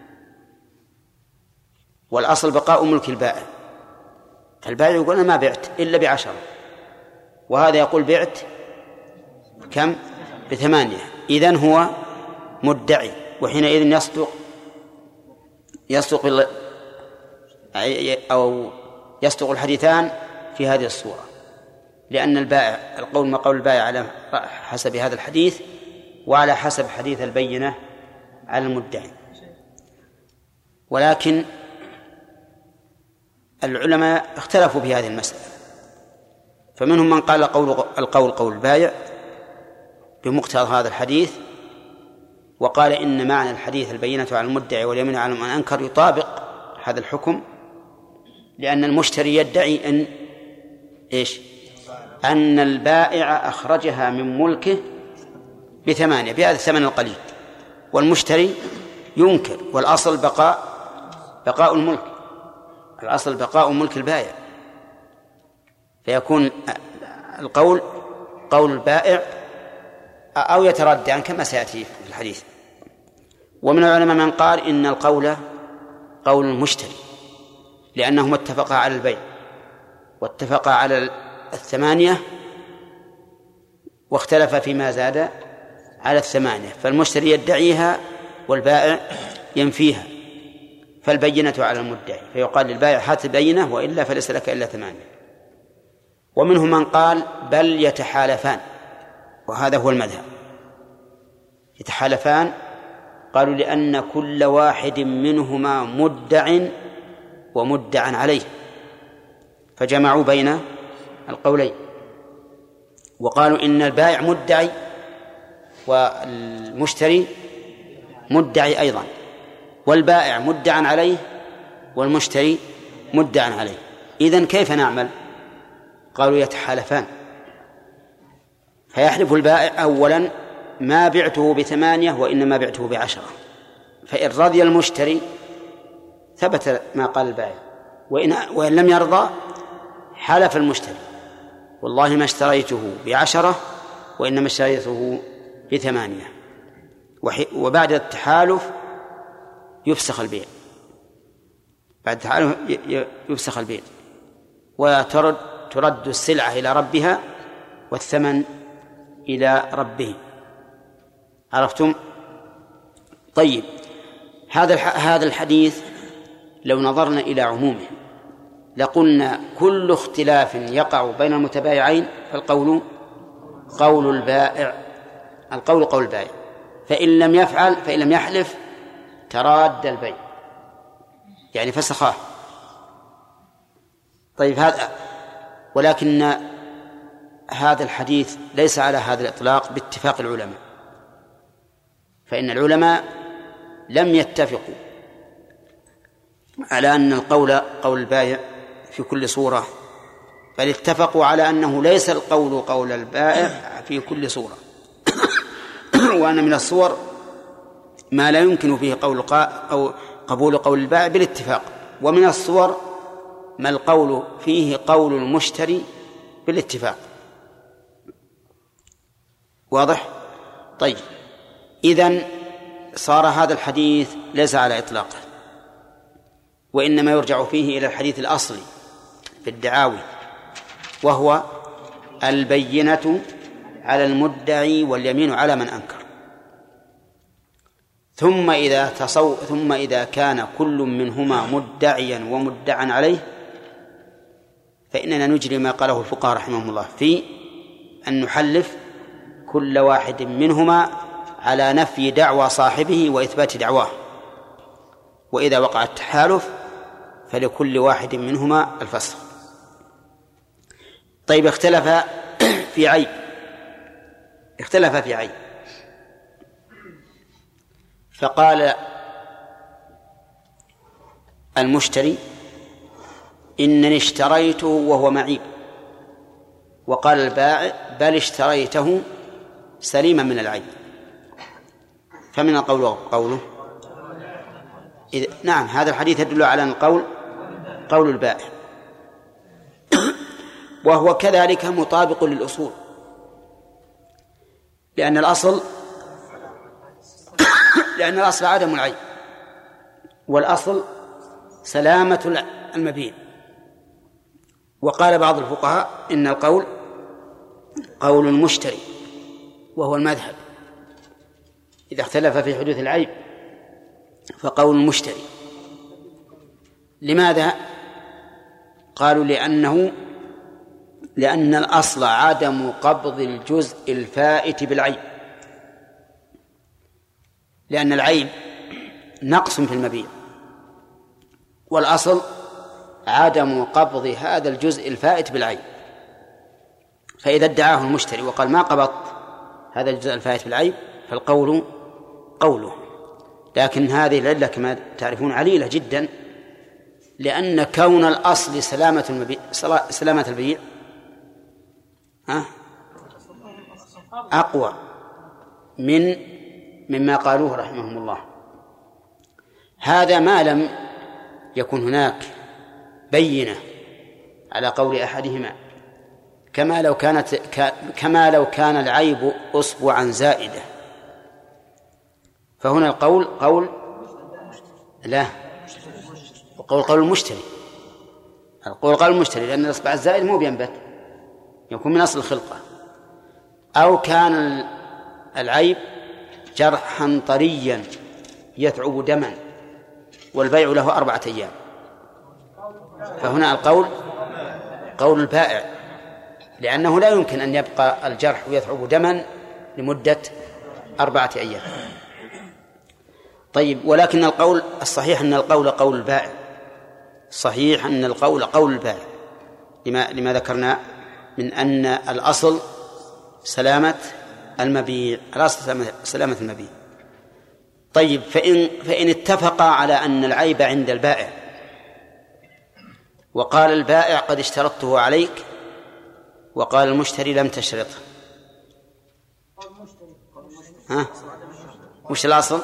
والأصل بقاء ملك البائع. البائع يقول أنا ما بعت إلا بعشرة، وهذا يقول بعت كم؟ بثمانية. إذن هو مدعي، وحينئذ يصدق يصدق أو يصدق الحديثان في هذه الصورة، لأن البائع القول ما قول البائع على حسب هذا الحديث وعلى حسب حديث البينة على المدعي. ولكن العلماء اختلفوا في هذه المسألة، فمنهم من قال قول القول قول البائع بمقتضى هذا الحديث، وقال إن معنى الحديث البينة على المدعي واليمين على من أنكر يطابق هذا الحكم، لأن المشتري يدعي أن إيش؟ أن البائع أخرجها من ملكه بثمانية بهذا الثمن القليل، والمشتري ينكر، والأصل بقاء بقاء الملك، الأصل بقاء ملك البائع. فيكون القول قول البائع أو يتردى عن كما سيأتي في الحديث. ومن العلماء من قال إن القول قول المشتري لأنهما اتفقا على البيع واتفقا على الثمانية واختلف فيما زاد على الثمانية، فالمشتري يدعيها والبائع ينفيها، فالبينة على المدعي، فيقال للبائع هات البينة وإلا فليس لك إلا ثمانية. ومنهم من قال بل يتحالفان، وهذا هو المذهب، يتحالفان. قالوا لأن كل واحد منهما مدع ومدعا عليه، فجمعوا بين القولين. وقالوا إن البائع مدعي والمشتري مدعي أيضا، والبائع مدعى عليه والمشتري مدعى عليه. إذن كيف نعمل؟ قالوا يتحالفان، فيحلف البائع أولا ما بعته بثمانية وإنما بعته بعشرة، فإن رضي المشتري ثبت ما قال البائع، وإن, وإن لم يرضى حلف المشتري والله ما اشتريته بعشرة وإنما اشتريته بثمانية، وبعد التحالف يفسخ البيع، بعد التحالف يفسخ البيع وترد ترد السلعة إلى ربها والثمن إلى ربه. عرفتم؟ طيب، هذا هذا الحديث لو نظرنا إلى عمومه لقلنا كل اختلاف يقع بين المتبايعين فالقول قول البائع، القول قول البائع، فإن لم يفعل فإن لم يحلف تراد البيع، يعني فسخاه. طيب، هذا ولكن هذا الحديث ليس على هذا الإطلاق باتفاق العلماء، فإن العلماء لم يتفقوا على أن القول قول البائع في كل صورة، بل اتفقوا على أنه ليس القول قول البائع في كل صورة وأن من الصور ما لا يمكن فيه قول أو قبول قول البائع بالاتفاق، ومن الصور ما القول فيه قول المشتري بالاتفاق. واضح؟ طيب، إذن صار هذا الحديث ليس على إطلاقه، وإنما يرجع فيه إلى الحديث الأصلي في الدعاوي، وهو البينة على المدعي واليمين على من أنكر. ثم إذا تصو ثم إذا كان كل منهما مدعيا ومدعا عليه فإننا نجري ما قاله الفقهاء رحمهم الله في أن نحلف كل واحد منهما على نفي دعوى صاحبه وإثبات دعواه، وإذا وقع التحالف فلكل واحد منهما الفسخ. طيب، اختلف في عيب اختلف في عيب فقال المشتري إنني اشتريته وهو معيب، وقال البائع بل اشتريته سليما من العيب، فمن القول قوله إذ... نعم، هذا الحديث يدل على أن القول قول البائع وهو كذلك مطابق للأصول، لأن الأصل لأن الأصل عدم العيب، والأصل سلامة المبيع. وقال بعض الفقهاء إن القول قول المشتري وهو المذهب، إذا اختلف في حدوث العيب فقول المشتري. لماذا؟ قالوا لأنه لأن الأصل عدم قبض الجزء الفائت بالعيب، لأن العيب نقص في المبيع، والأصل عدم قبض هذا الجزء الفائت بالعيب. فإذا ادعاه المشتري وقال ما قبضت هذا الجزء الفائت بالعيب فالقول قوله. لكن هذه العلة كما تعرفون عليلة جدا، لأن كون الأصل سلامة المبيع سلامة البيع أقوى من مما قالوه رحمهم الله. هذا ما لم يكن هناك بينة على قول أحدهما، كما لو كانت كما لو كان العيب أصبعا زائدة، فهنا القول قول لا القول قول المشتري القول قول المشتري لأن الأصبع الزائد مو بينبت، يكون من أصل الخلقة. أو كان العيب جرحا طريا يتعب دما والبيع له أربعة أيام، فهنا القول قول البائع، لأنه لا يمكن أن يبقى الجرح ويتعب دما لمدة أربعة أيام. طيب، ولكن القول الصحيح أن القول قول البائع، صحيح أن القول قول البائع لما, لما ذكرنا من أن الأصل سلامة المبيع، الأصل سلامة المبيع. طيب، فإن, فإن اتفقا على أن العيب عند البائع، وقال البائع قد اشترطته عليك، وقال المشتري لم تشترطه، ها؟ وش الأصل؟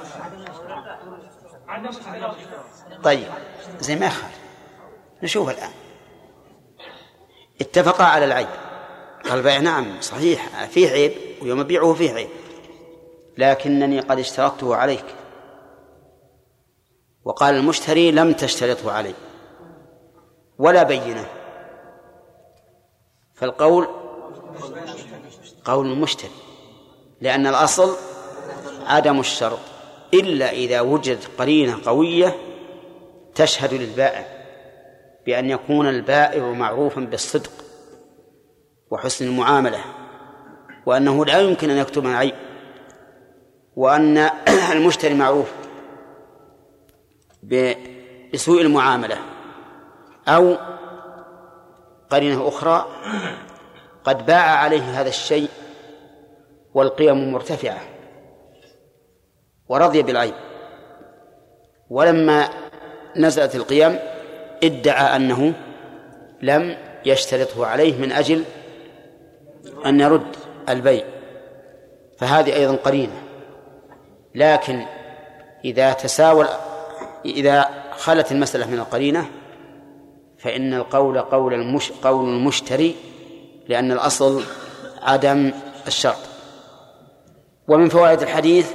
طيب، زي ما يخالف. نشوف الآن. اتفقا على العيب، قال البائع نعم صحيح فيه عيب، ويوم بيعه فيه عيب، لكنني قد اشترطته عليك. وقال المشتري لم تشترطه علي ولا بينه، فالقول قول المشتري، لأن الأصل عدم الشرط إلا إذا وجدت قرينة قوية تشهد للبائع بأن يكون البائع معروفا بالصدق وحسن المعاملة، وأنه لا يمكن أن يكتم عيب، وأن المشتري معروف بسوء المعاملة، أو قرينة أخرى قد باع عليه هذا الشيء والقيم مرتفعة ورضي بالعيب، ولما نزلت القيم ادعى أنه لم يشترطه عليه من أجل أن يرد البيع، فهذه أيضا قرينة. لكن إذا تساوى إذا خلت المسألة من القرينة فإن القول قول المش قول المشتري، لأن الأصل عدم الشرط. ومن فوائد الحديث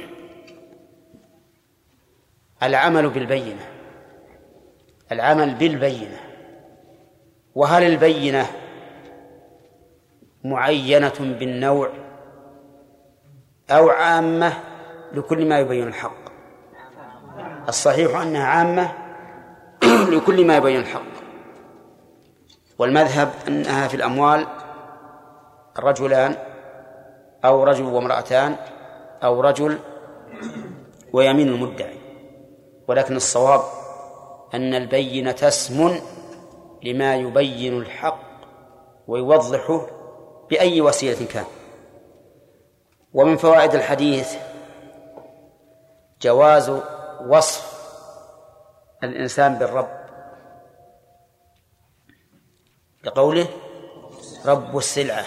العمل بالبينة، العمل بالبينة. وهل البينة معينة بالنوع أو عامة لكل ما يبين الحق؟ الصحيح أنها عامة لكل ما يبين الحق، والمذهب أنها في الأموال رجلان أو رجل وامرأتان أو رجل ويمين المدعي، ولكن الصواب أن البينة اسم لما يبين الحق ويوضحه بأي وسيلة كان. ومن فوائد الحديث جواز وصف الإنسان بالرب، لقوله رب السلعة،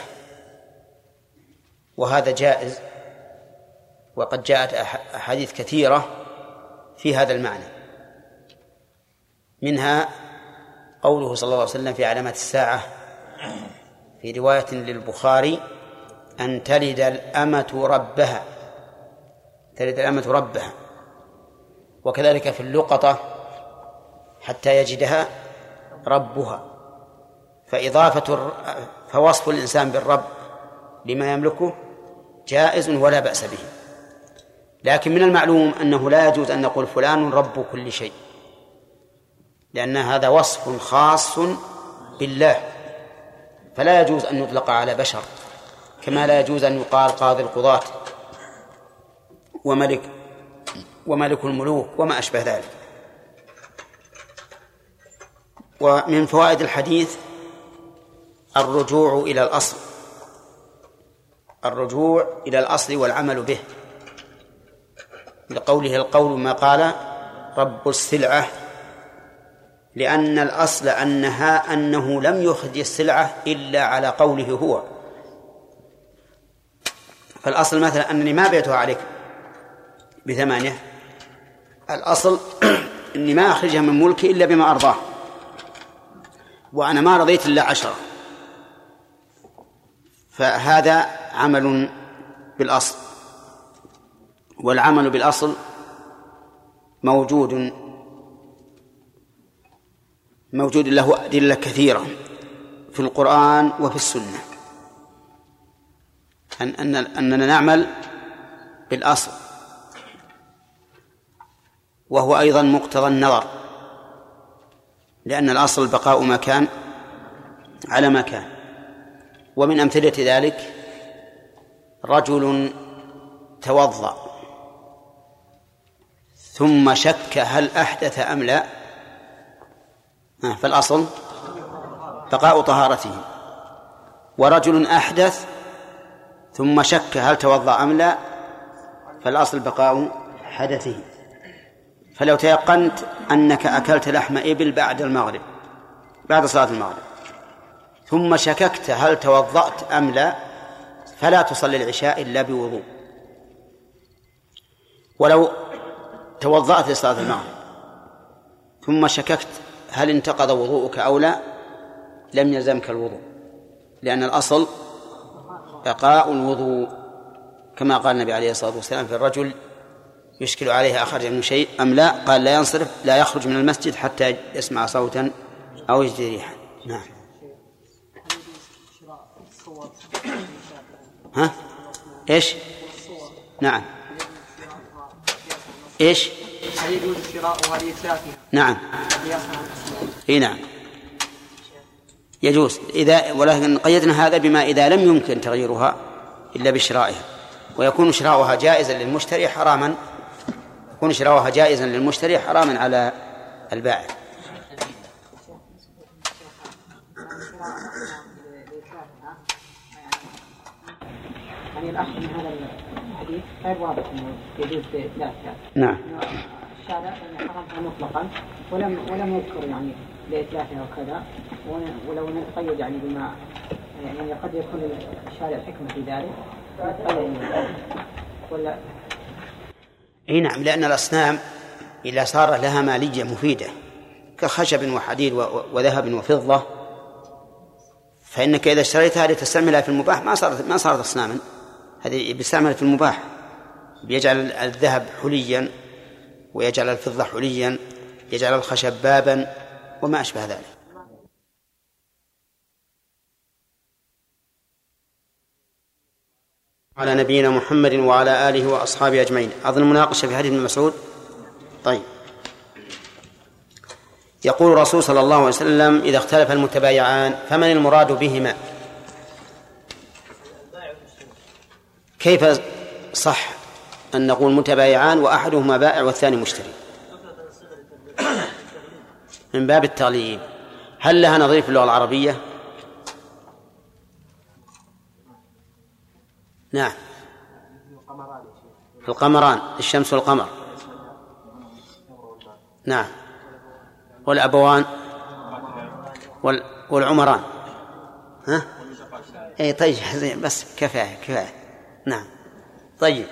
وهذا جائز، وقد جاءت أحاديث كثيرة في هذا المعنى، منها قوله صلى الله عليه وسلم في علامات الساعة في رواية للبخاري أن تلد الأمة ربها، تلد الأمة ربها. وكذلك في اللقطة حتى يجدها ربها. فإضافة فوصف الإنسان بالرب لما يملكه جائز ولا بأس به، لكن من المعلوم أنه لا يجوز أن نقول فلان رب كل شيء، لأن هذا وصف خاص بالله، فلا يجوز أن يطلق على بشر، كما لا يجوز أن يقال قاضي القضاة وملك وملك الملوك وما أشبه ذلك. ومن فوائد الحديث الرجوع إلى الأصل، الرجوع إلى الأصل والعمل به، لقوله القول ما قال رب السلعة، لأن الأصل أنها أنه لم يخرج السلعة إلا على قوله هو. فالأصل مثلا أنني ما بيتها عليك بثمانية، الأصل أني ما أخرجها من ملكي إلا بما أرضاه، وأنا ما رضيت إلا عشرة، فهذا عمل بالأصل. والعمل بالأصل موجود موجود له أدلة كثيرة في القرآن وفي السنة، أن أن أننا نعمل بالأصل، وهو أيضا مقتضى النظر، لأن الأصل بقاء ما كان على ما كان. ومن أمثلة ذلك رجل توضأ ثم شك هل أحدث أم لا، فالأصل بقاء طهارته. ورجل أحدث ثم شك هل توضأ أم لا فالأصل بقاء حدثه. فلو تيقنت أنك أكلت لحم إبل بعد المغرب بعد صلاة المغرب ثم شككت هل توضأت أم لا فلا تصلي العشاء إلا بوضوء. ولو توضأت لصلاة المغرب ثم شككت هل انتقض وضوءك أو لا لم يلزمك الوضوء، لأن الأصل بقاء الوضوء، كما قال النبي عليه الصلاة والسلام في الرجل يشكل عليه أخرج من شيء أم لا، قال لا ينصرف لا يخرج من المسجد حتى يسمع صوتا أو يجد ريحا. نعم. ها إيش؟ نعم. إيش؟
هل يجوز شراؤها لإتلافها؟
نعم. إيه نعم يجوز إذا، ولكن قيدنا هذا بما إذا لم يمكن تغييرها إلا بشرائها، ويكون شراؤها جائزا للمشتري حراما يكون شراؤها جائزا للمشتري حراما على البائع.
يعني الأخذ من هذا الحديث غير واضح أنه يجوز بإتلافها.
نعم.
الشارع حرمها مطلقا ولم ولم يذكر يعني لإتلافها وكذا، ولو نتقيد يعني بما يعني قد يكون الشارع حكمة في ذلك ولا.
اي نعم، لأن الأصنام إذا صار لها مالية مفيدة كخشب وحديد وذهب وفضة فإنك إذا اشتريتها لتستعملها في المباح ما صارت ما صارت أصناما، هذه بيستعمل في المباح، بيجعل الذهب حليا ويجعل الفضة حليا، يجعل الخشب بابا وما أشبه ذلك. على نبينا محمد وعلى آله وأصحابه أجمعين. أظن مناقشة في حديث ابن مسعود. طيب، يقول الرسول صلى الله عليه وسلم إذا اختلف المتبايعان فمن المراد بهما؟ كيف صح أن نقول متبايعان وأحدهما بائع والثاني مشتري؟ من باب التغليب. هل لها نظير في اللغة العربية؟ نعم، القمران، الشمس والقمر. نعم، والأبوان والعمران. ها؟ اي طيب بس كفاية كفاية. نعم. طيب،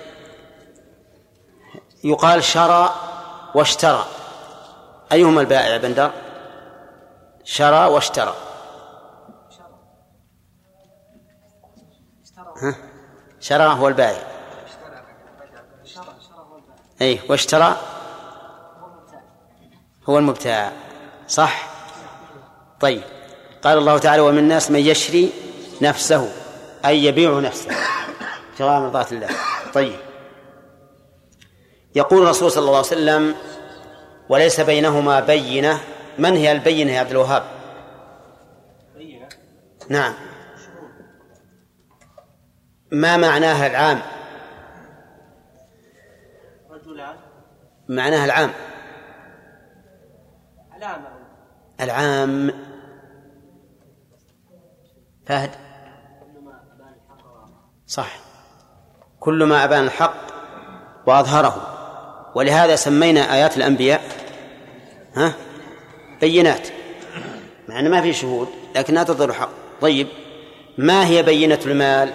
يقال شرى واشترى، أيهما البائع بندر؟ شرى واشترى. ها؟ شرى هو البائع. أي واشترى هو المبتاع. صح. طيب، قال الله تعالى ومن الناس من يشري نفسه أي يبيع نفسه ابتغاء مرضات الله. طيب، يقول الرسول صلى الله عليه وسلم وليس بينهما بينة. من هي البينة يا عبد الوهاب؟
بينة.
نعم. ما معناها العام؟
رجلان.
معناها العام.
علامة.
العام. فهد. صح، كل ما أبان الحق وأظهره، ولهذا سمينا آيات الأنبياء ها بينات، مع أن ما في شهود لكنها تظهر الحق. طيب، ما هي بينة المال؟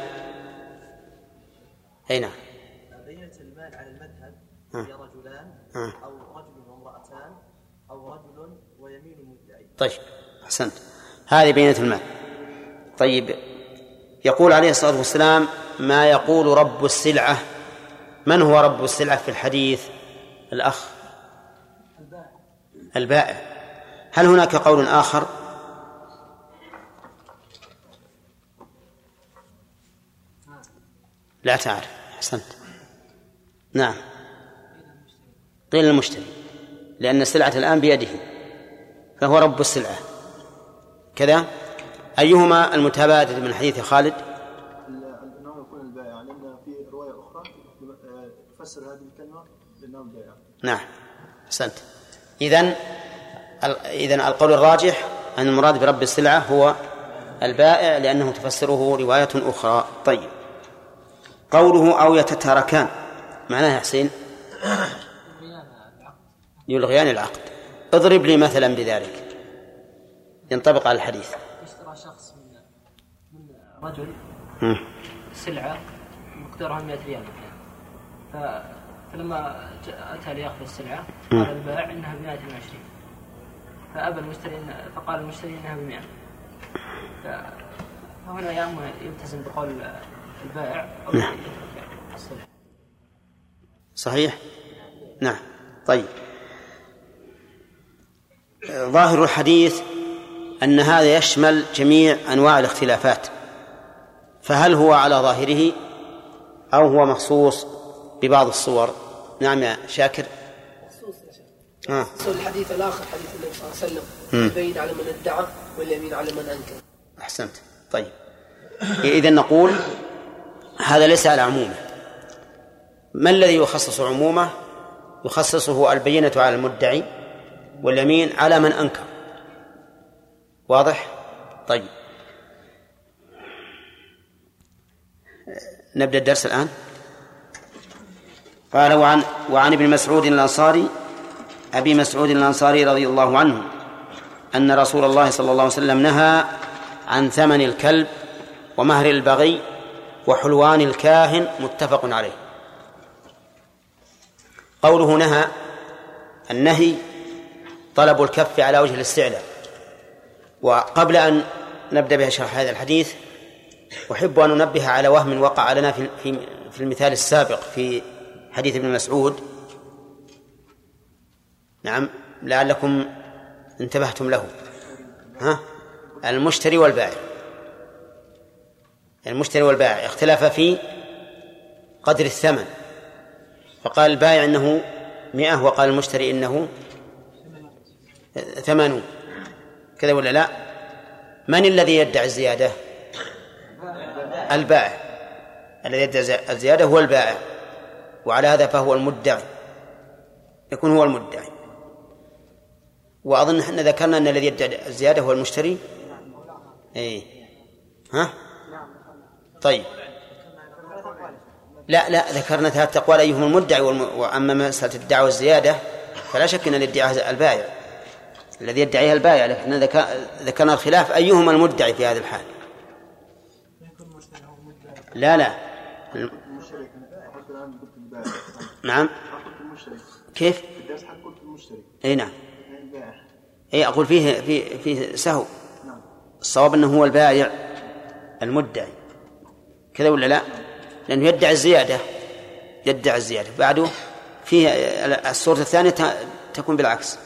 أي نعم.
بينة المال على المذهب هي رجلان أو رجل وامرأتان أو رجل ويمين مدعي.
طيب، أحسنت، هذه بينة المال. طيب، يقول عليه الصلاة والسلام ما يقول رب السلعة. من هو رب السلعة في الحديث؟ الأخ البائع. هل هناك قول آخر؟ لا تعرف. أحسنت. نعم، قيل المشتري، لأن السلعة الآن بيده فهو رب السلعة كذا. أيهما المتبادل من حديث خالد؟
أنه يكون البائع، لأن في رواية أخرى تفسر هذه الكلمة بأنه البائع.
نعم، أحسنت. إذن إذن القول الراجح أن المراد برب السلعة هو البائع، لأنه تفسره رواية أخرى. طيب، قوله أو يتتاركان معناه يا حسين يلغيان العقد. اضرب لي مثلا بذلك ينطبق على الحديث.
اشترى شخص من من رجل سلعة مقدارها مئة ريال فلما أتى ليأخذ السلعة قال البائع إنها بمئة وعشرين فأبى المشتري فقال المشتري إنها بمئة فهنا يا أما يلتزم بقول البائع أو السلعة.
صحيح. نعم. طيب ظاهر الحديث أن هذا يشمل جميع أنواع الاختلافات، فهل هو على ظاهره أو هو مخصوص ببعض الصور؟ نعم يا شاكر.
مخصوص يا شيخ. آه. الحديث الآخر حديث النبي صلى الله عليه وسلم البين على من ادعى واليمين على من أنكر.
أحسنت. طيب إذن نقول هذا ليس على عمومه. ما الذي يخصص عمومه؟ يخصصه البينة على المدعي واليمين على من أنكر. واضح؟ طيب نبدأ الدرس الآن. قال وعن, وعن ابن مسعود الأنصاري أبي مسعود الأنصاري رضي الله عنه أن رسول الله صلى الله عليه وسلم نهى عن ثمن الكلب ومهر البغي وحلوان الكاهن متفق عليه. قوله نهى، النهي طلب الكف على وجه الاستعلاء. وقبل أن نبدأ بشرح هذا الحديث أحب أن ننبه على وهم وقع لنا في في المثال السابق في حديث ابن مسعود. نعم لعلكم انتبهتم له. ها؟ المشتري والبائع المشتري والبائع اختلف في قدر الثمن، فقال البائع إنه مئة وقال المشتري إنه ثمانون، كذا ولا لا؟ من الذي يدعي الزيادة؟ البائع. الذي يدعي الزيادة هو البائع، وعلى هذا فهو المدعي، يكون هو المدعي. وأظن أن ذكرنا أن الذي يدعي الزيادة هو المشتري. إيه. ها؟ طيب لا لا ذكرنا ثلاثة أقوال أيهم المدعي والم... وأما مسألة الدعوة الزيادة فلا شك أن الادعاء البائع الذي يدعيها البائع، لكن ذكر... ذكرنا الخلاف أيهما المدعي في هذا الحال. لا لا نعم كيف؟ اي نعم اي اقول فيه في فيه سهو. الصواب انه هو البائع المدعي، كذا ولا لا؟ لانه يدعي الزياده يدعي الزياده بعده فيه الصورة الثانية تكون بالعكس.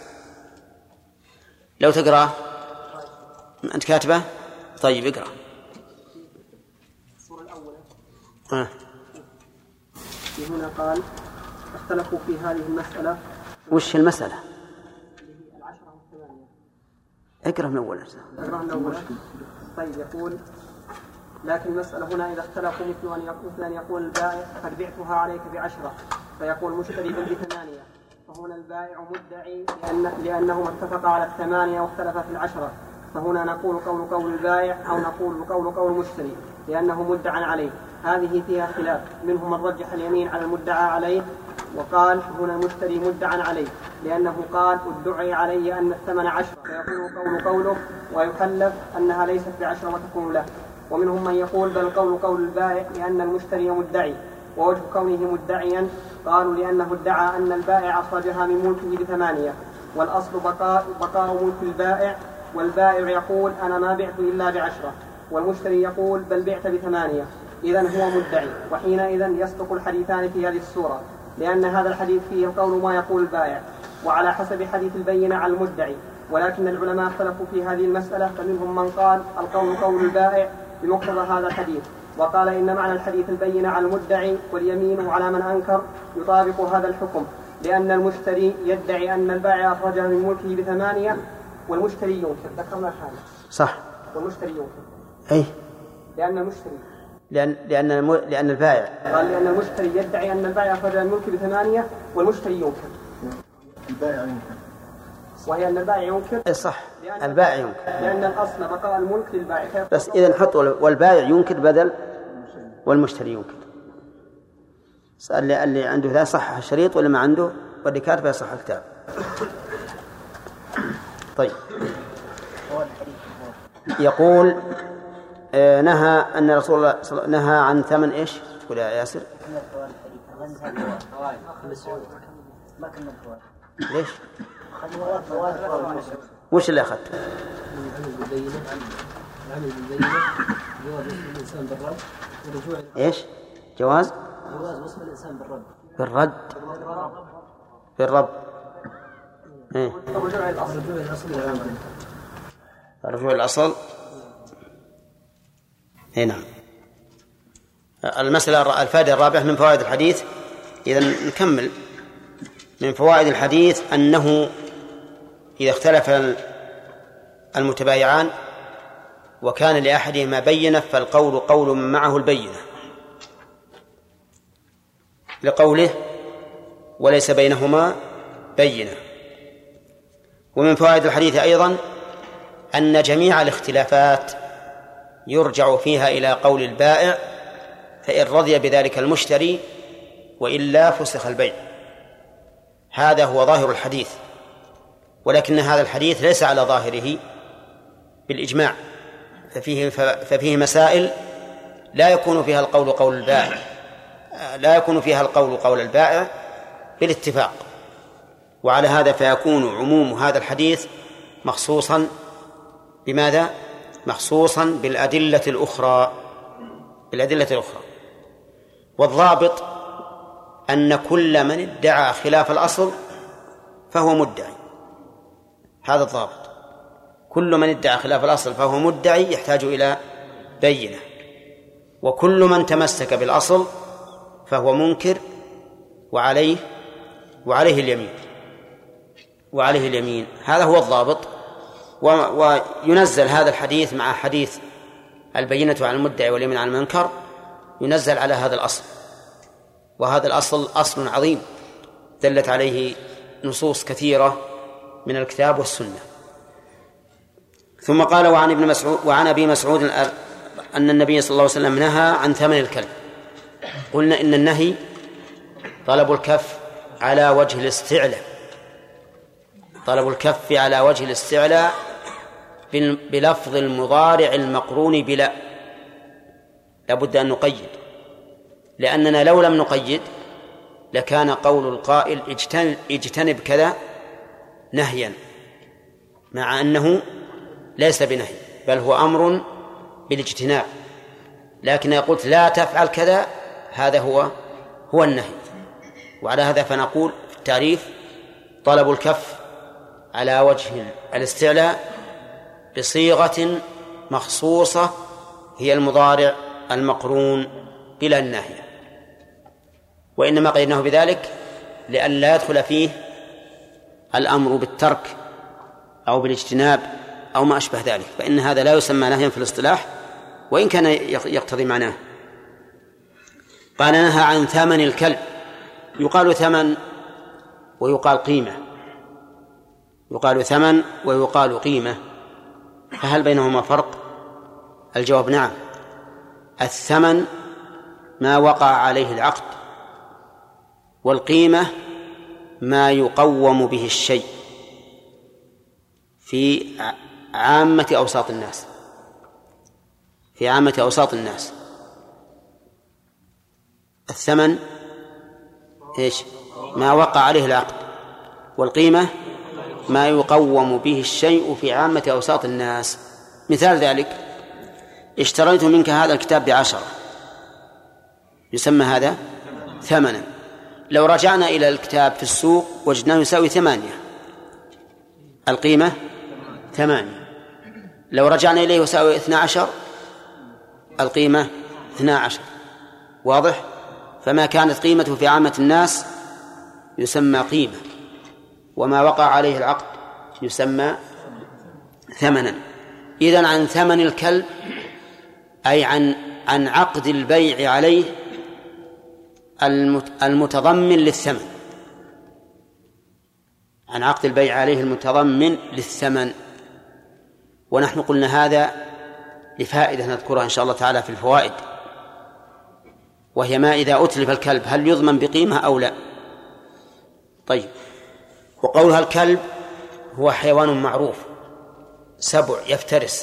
لو تقرأ أنت كاتبه طيب اقرأ.
الصورة الأولى
آه.
هنا قال اختلفوا في هذه المسألة.
وش المسألة؟
العشرة والثمانية.
اقرأ من أول.
اقرأ من أول. طيب يقول لكن المسألة هنا إذا اختلفوا مثل أن يقول, مثل أن يقول البائع قد بعتها عليك بعشرة فيقول مشتري بثمانية، فهنا البائع مدعي لأن لأنهما اتفقا على الثمانية واختلفا في العشرة، فهنا نقول قول قول البائع أو نقول قول قول المشتري لأنه مدعى عليه. هذه فيها خلاف، منهم من رجح اليمين على المدعى عليه وقال هنا المشتري مدعى عليه لأنه قال ادعي علي أن الثمن عشرة، فيقول قول قوله ويحلف أنها ليست بعشرة وتكون له. ومنهم من يقول بل قول قول البائع لأن المشتري مدعي، ووجه كونه مدعيا قالوا لأنه ادعى أن البائع أخرجها من ملكه بثمانية، والأصل بقاء, بقاء ملك البائع، والبائع يقول أنا ما بعت إلا بعشرة، والمشتري يقول بل بعت بثمانية، إذن هو مدعي. وحينئذ يصدق الحديثان في هذه السورة، لأن هذا الحديث فيه قول ما يقول البائع وعلى حسب حديث البينة على المدعي. ولكن العلماء اختلفوا في هذه المسألة، فمنهم من قال القول قول البائع بمقتضى هذا الحديث، وقال إن معنى الحديث البينة على المدعي واليمين على من أنكر يطابق هذا الحكم، لأن المشتري يدعي أن البائع أخرجها من ملكه بثمانية والمشتري ينكر. ذكرنا هذا
صح.
والمشتري ينكر
أي
لأن المشتري
لأن لأن الم... لأن البائع
قال لأن المشتري يدعي أن البائع أخرجها من ملكه بثمانية والمشتري ينكر.
البائع ينكر
وهي أن البائع ينكر.
صح البائع ينكر
لأن الأصل بقاء الملك للبائع.
بس إذا نحط والبائع ينكر بدل والمشتري ينكر. اللي اللي عنده ذا صحح الشريط، ولا ما عنده واللي كاتبه يصح الكتاب. طيب، يقول آه نهى أن رسول الله صلى الله نهى عن ثمن إيش؟ تقول يا ياسر؟ ليش؟ وش اللي أخذته؟ إيش؟ جواز؟
جواز وصف الإنسان بالرد.
بالرد. بالرب. إيه؟
الرجوع الأصل.
الرجوع الأصل. إيه نعم. المسألة الفائدة الرابعة من فوائد الحديث. إذا نكمل من فوائد الحديث أنه إذا اختلف المتبايعان وكان لأحدهما بينة فالقول قول من معه البينة، لقوله وليس بينهما بينة. ومن فوائد الحديث أيضا أن جميع الاختلافات يرجع فيها إلى قول البائع، فإن رضي بذلك المشتري وإلا فسخ البيع. هذا هو ظاهر الحديث، ولكن هذا الحديث ليس على ظاهره بالإجماع، ففيه, ففيه مسائل لا يكون فيها القول قول البائع لا يكون فيها القول قول البائع بالاتفاق. وعلى هذا فيكون عموم هذا الحديث مخصوصا بماذا؟ مخصوصا بالأدلة الأخرى بالأدلة الأخرى. والضابط أن كل من ادعى خلاف الأصل فهو مدعي. هذا الضابط، كل من ادعى خلاف الأصل فهو مدعي يحتاج إلى بينة، وكل من تمسك بالأصل فهو منكر وعليه وعليه اليمين وعليه اليمين هذا هو الضابط. وينزل هذا الحديث مع حديث البينة على المدعي واليمين على المنكر، ينزل على هذا الأصل، وهذا الأصل أصل عظيم دلت عليه نصوص كثيرة من الكتاب والسنة. ثم قال وعن ابن مسعود وعن أبي مسعود أن النبي صلى الله عليه وسلم نهى عن ثمن الكلب. قلنا إن النهي طلب الكف على وجه الاستعلاء، طلب الكف على وجه الاستعلاء بلفظ المضارع المقرون بلا، لابد أن نقيد، لأننا لو لم نقيد لكان قول القائل اجتنب, اجتنب كذا نهيا، مع أنه ليس بنهي بل هو أمر بالاجتناب، لكن قلت لا تفعل كذا هذا هو هو النهي. وعلى هذا فنقول في التعريف طلب الكف على وجه الاستعلاء بصيغة مخصوصة هي المضارع المقرون بلا النهي، وإنما قيدناه بذلك لأن لا يدخل فيه الأمر بالترك أو بالاجتناب أو ما أشبه ذلك، فإن هذا لا يسمى نهيا في الاصطلاح وإن كان يقتضي معناه. قال نهى عن ثمن الكلب. يقال ثمن ويقال قيمة، يقال ثمن ويقال قيمة، فهل بينهما فرق؟ الجواب نعم. الثمن ما وقع عليه العقد، والقيمة ما يقوم به الشيء في عامة أوساط الناس في عامة أوساط الناس. الثمن إيش؟ ما وقع عليه العقد، والقيمة ما يقوم به الشيء في عامة أوساط الناس. مثال ذلك: اشتريت منك هذا الكتاب بعشرة، يسمى هذا ثمنا. لو رجعنا إلى الكتاب في السوق وجدناه يساوي ثمانية، القيمة ثمانية. لو رجعنا إليه يساوي اثنى عشر، القيمة اثنى عشر. واضح؟ فما كانت قيمته في عامة الناس يسمى قيمة، وما وقع عليه العقد يسمى ثمنا. إذن عن ثمن الكلب أي عن عن عقد البيع عليه المتضمن للثمن، عن عقد البيع عليه المتضمن للثمن. ونحن قلنا هذا لفائدة نذكرها إن شاء الله تعالى في الفوائد، وهي ما إذا أتلف الكلب هل يضمن بقيمة أو لا؟ طيب، وقولها الكلب هو حيوان معروف سبع يفترس،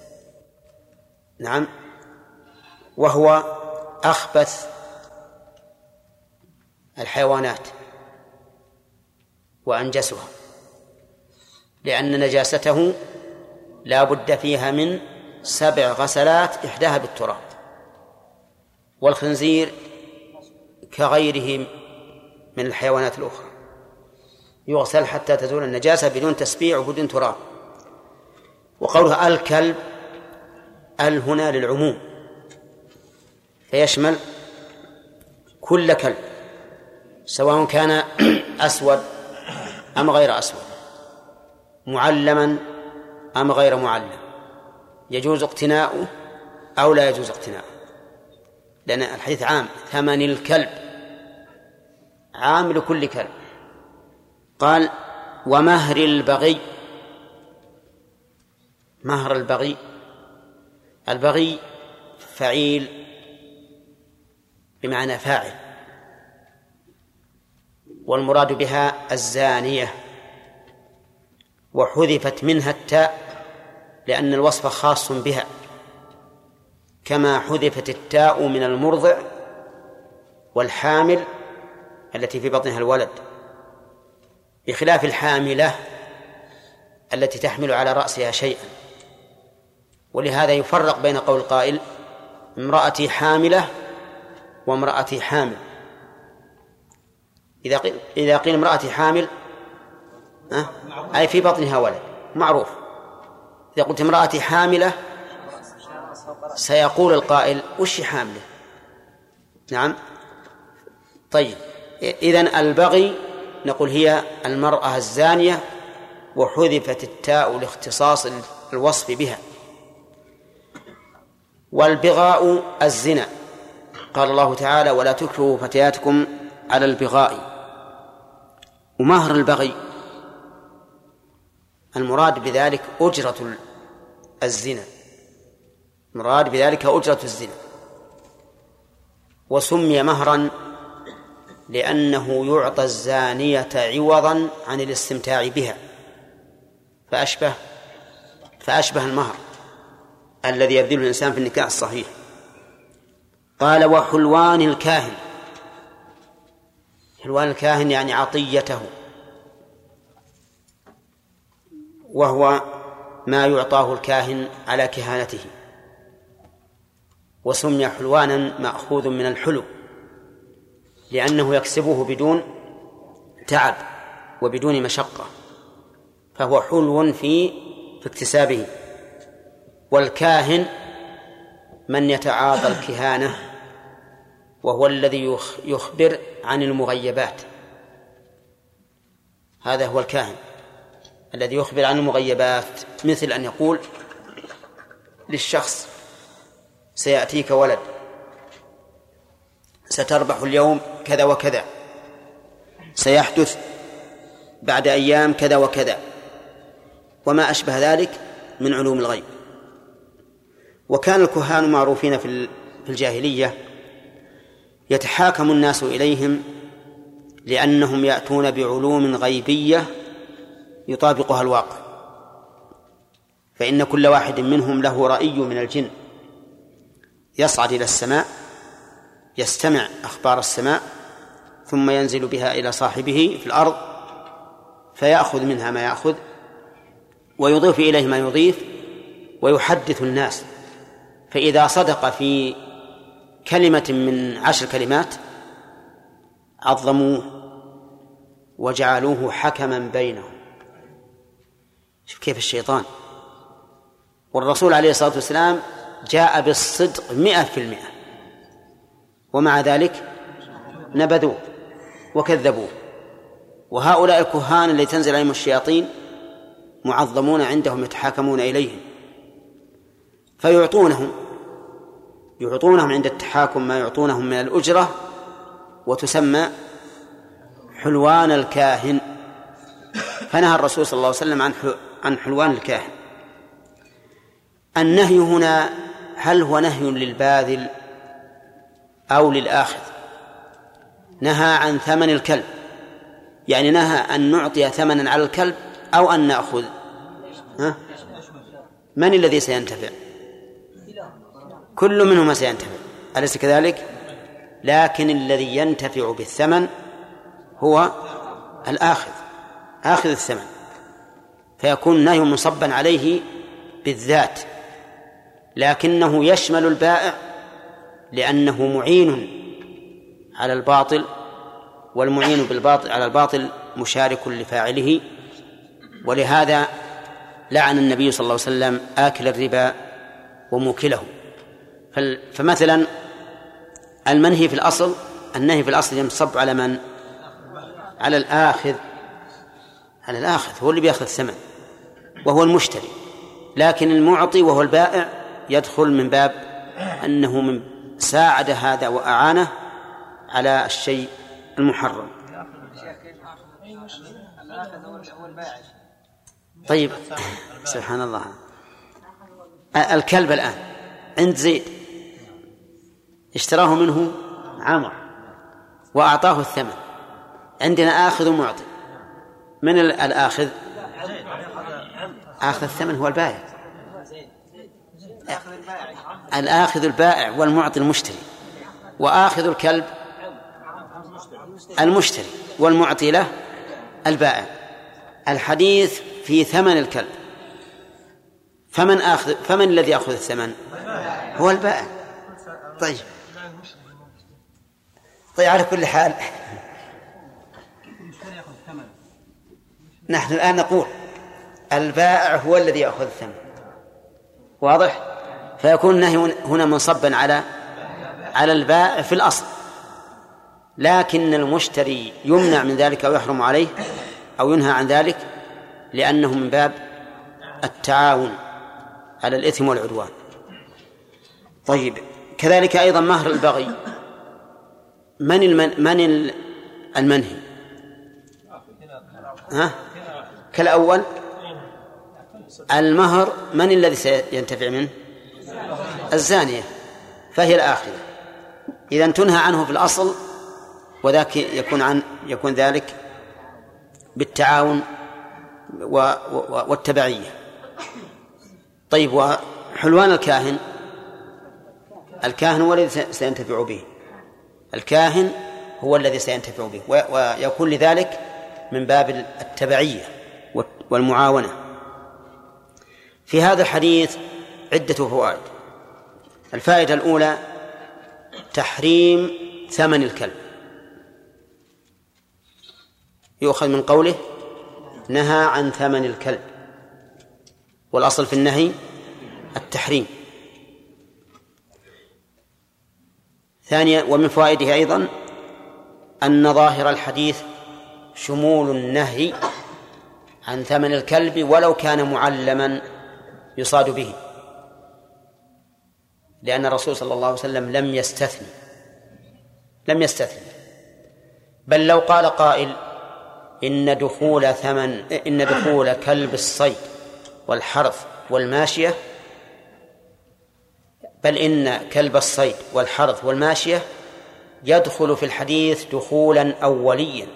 نعم، وهو أخبث الحيوانات وأنجسها، لأن نجاسته لا بد فيها من سبع غسلات إحداها بالتراب. والخنزير كغيره من الحيوانات الأخرى يغسل حتى تزول النجاسة بدون تسبيع وبدون تراب. وقولها الكلب، ال هنا للعموم فيشمل كل كلب سواء كان أسود أم غير أسود، معلما أم غير معلم، يجوز اقتناؤه أو لا يجوز اقتناؤه، لأن الحديث عام، ثمن الكلب عام لكل كلب. قال ومهر البغي. مهر البغي، البغي فعيل بمعنى فاعل، والمراد بها الزانية، وحذفت منها التاء لأن الوصف خاص بها، كما حذفت التاء من المرضع والحامل التي في بطنها الولد، بخلاف الحاملة التي تحمل على رأسها شيئا. ولهذا يفرق بين قول قائل امرأتي حاملة وامرأتي حامل. إذا قيل, إذا قيل امرأتي حامل أه؟ أي في بطنها ولد معروف. إذا قلت امرأتي حاملة سيقول القائل وش حاملة؟ نعم. طيب، إذن البغي نقول هي المرأة الزانية، وحذفت التاء لاختصاص الوصف بها. والبغاء الزنا، قال الله تعالى ولا تكرهوا فتياتكم على البغاء. ومهر البغي المراد بذلك أجرة الزنا، مراد بذلك أجرة الزنا. وسمي مهرا لأنه يعطى الزانية عوضا عن الاستمتاع بها، فأشبه فأشبه المهر الذي يبذله الإنسان في النكاح الصحيح. قال وحلوان الكاهن. حلوان الكاهن يعني عطيته، وهو ما يعطاه الكاهن على كهانته. وسمي حلوانا مأخوذ من الحلو لأنه يكسبه بدون تعب وبدون مشقة، فهو حلو في في اكتسابه. والكاهن من يتعاطى الكهانة، وهو الذي يخبر عن المغيبات. هذا هو الكاهن الذي يخبر عن المغيبات، مثل أن يقول للشخص سيأتيك ولد، ستربح اليوم كذا وكذا، سيحدث بعد أيام كذا وكذا، وما أشبه ذلك من علوم الغيب. وكان الكهان معروفين في الجاهلية يتحاكم الناس إليهم لأنهم يأتون بعلوم غيبية يطابقها الواقع. فإن كل واحد منهم له رأي من الجن يصعد إلى السماء يستمع أخبار السماء ثم ينزل بها إلى صاحبه في الأرض فيأخذ منها ما يأخذ ويضيف إليه ما يضيف ويحدث الناس. فإذا صدق في كلمة من عشر كلمات عظموه وجعلوه حكما بينهم. شوف كيف الشيطان. والرسول عليه الصلاة والسلام جاء بالصدق مئة في المئة، ومع ذلك نبذوه وكذبوه. وهؤلاء الكهان الذي تنزل عليهم الشياطين معظمون عندهم يتحاكمون إليهم، فيعطونهم يعطونهم عند التحاكم ما يعطونهم من الأجرة، وتسمى حلوان الكاهن. فنهى الرسول صلى الله عليه وسلم عن عن حلوان الكاهن. النهي هنا هل هو نهي للباذل أو للآخذ. نهى عن ثمن الكلب، يعني نهى أن نعطي ثمنا على الكلب أو أن نأخذ. ها؟ من الذي سينتفع؟ كل منهما سينتفع، أليس كذلك؟ لكن الذي ينتفع بالثمن هو الآخذ، آخذ الثمن، فيكون النهي مصبا عليه بالذات، لكنه يشمل البائع لأنه معين على الباطل، والمعين بالباطل على الباطل مشارك لفاعله. ولهذا لعن النبي صلى الله عليه وسلم آكل الربا وموكله. فمثلا المنهي في الأصل، النهي في الأصل ينصب على من؟ على الآخذ، على الآخذ هو اللي بيأخذ الثمن وهو المشتري، لكن المعطي وهو البائع يدخل من باب أنه من ساعد هذا وأعانه على الشيء المحرم. طيب سبحان الله، الكلب الآن عند زيد اشتراه منه عمر وأعطاه الثمن، عندنا آخذ ومعطي، من الآخذ؟ آخذ الثمن هو البائع، الآخذ البائع والمعطي المشتري، وآخذ الكلب المشتري والمعطي له البائع. الحديث في ثمن الكلب، فمن آخذ فمن الذي يأخذ الثمن؟ هو البائع. طيب طيب على كل حال نحن الآن نقول البائع هو الذي يأخذ الثمن، واضح؟ فيكون النهي هنا منصبا على على البائع في الأصل، لكن المشتري يمنع من ذلك أو يحرم عليه أو ينهى عن ذلك لأنه من باب التعاون على الإثم والعدوان. طيب كذلك أيضا مهر البغي، من المن من المنهي؟ ها؟ كالأول المهر، من الذي سينتفع منه؟ الزانية، فهي الآخرة، إذن تنهى عنه في الأصل، وذاك يكون عن يكون ذلك بالتعاون والتبعية. طيب وحلوان الكاهن، الكاهن هو الذي سينتفع به، الكاهن هو الذي سينتفع به، ويكون لذلك من باب التبعية والمعاونة. في هذا الحديث عدة فوائد. الفائدة الأولى تحريم ثمن الكلب، يؤخذ من قوله نهى عن ثمن الكلب، والأصل في النهي التحريم. ثانيا ومن فوائده أيضا أن ظاهر الحديث شمول النهي عن ثمن الكلب ولو كان معلما يصاد به، لأن الرسول صلى الله عليه وسلم لم يستثني لم يستثني بل لو قال قائل إن دخول ثمن إن دخول كلب الصيد والحرث والماشية بل إن كلب الصيد والحرث والماشية يدخل في الحديث دخولا أوليا،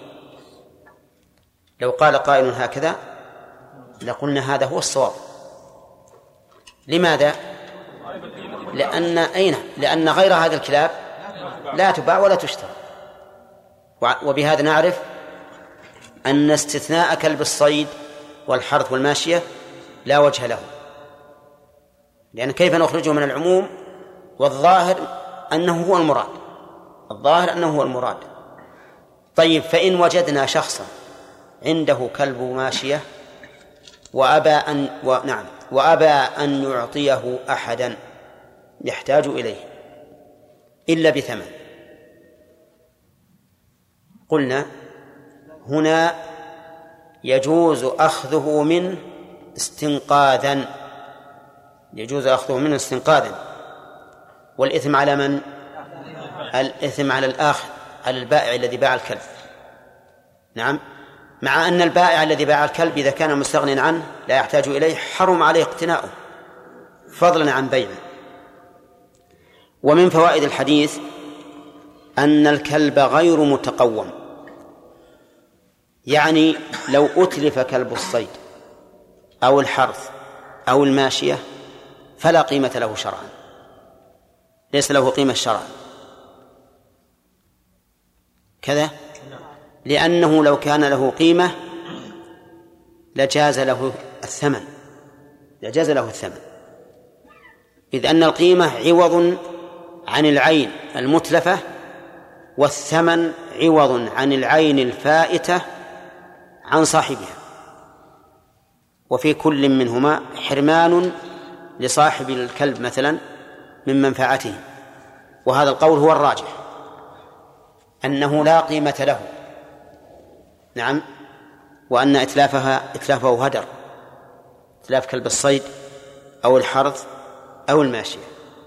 لو قال قائل هكذا لقلنا هذا هو الصواب. لماذا؟ لأن أين لأن غير هذا الكلاب لا تباع ولا تشترى، وبهذا نعرف أن استثناء كلب الصيد والحرث والماشية لا وجه له، لأن كيف نخرجه من العموم والظاهر أنه هو المراد، الظاهر أنه هو المراد. طيب فإن وجدنا شخصا عنده كلب ماشية وأبى أن ونعم وأبى أن يعطيه أحدا يحتاج إليه إلا بثمن، قلنا هنا يجوز أخذه منه استنقاذا، يجوز أخذه منه استنقاذا، والإثم على من؟ الإثم على الآخر، على البائع الذي باع الكلب. نعم، مع أن البائع الذي باع الكلب إذا كان مستغنيا عنه لا يحتاج إليه حرم عليه اقتناؤه فضلا عن بيعه. ومن فوائد الحديث أن الكلب غير متقوم، يعني لو أتلف كلب الصيد أو الحرث أو الماشية فلا قيمة له شرعا، ليس له قيمة شرعا كذا، لأنه لو كان له قيمة لجاز له الثمن لجاز له الثمن إذ أن القيمة عوض عن العين المتلفة، والثمن عوض عن العين الفائتة عن صاحبها، وفي كل منهما حرمان لصاحب الكلب مثلا من منفعته. وهذا القول هو الراجح، أنه لا قيمة له، نعم، وأن إتلافها إتلافه هدر، إتلاف كلب الصيد أو الحرث أو الماشية.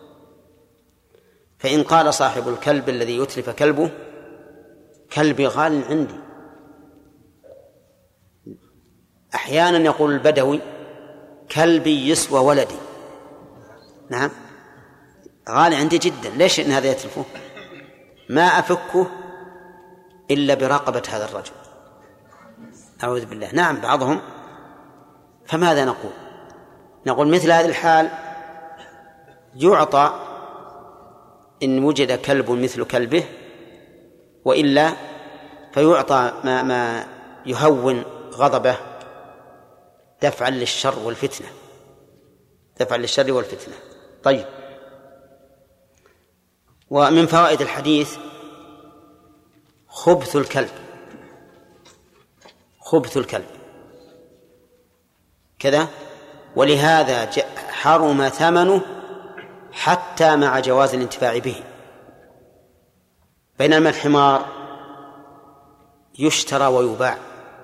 فإن قال صاحب الكلب الذي يتلف كلبه: كلبي غال عندي، أحيانا يقول البدوي: كلبي يسوى ولدي، نعم، غالي عندي جدا، ليش إن هذا يتلفه؟ ما أفكه إلا برقبة هذا الرجل، أعوذ بالله. نعم بعضهم. فماذا نقول؟ نقول مثل هذه الحال يعطى إن وجد كلب مثل كلبه، وإلا فيعطى ما, ما يهون غضبه دفعا للشر والفتنة دفعا للشر والفتنة. طيب، ومن فوائد الحديث خبث الكلب خبث الكلب كذا، ولهذا حرم ثمنه حتى مع جواز الانتفاع به، بينما الحمار يشترى ويباع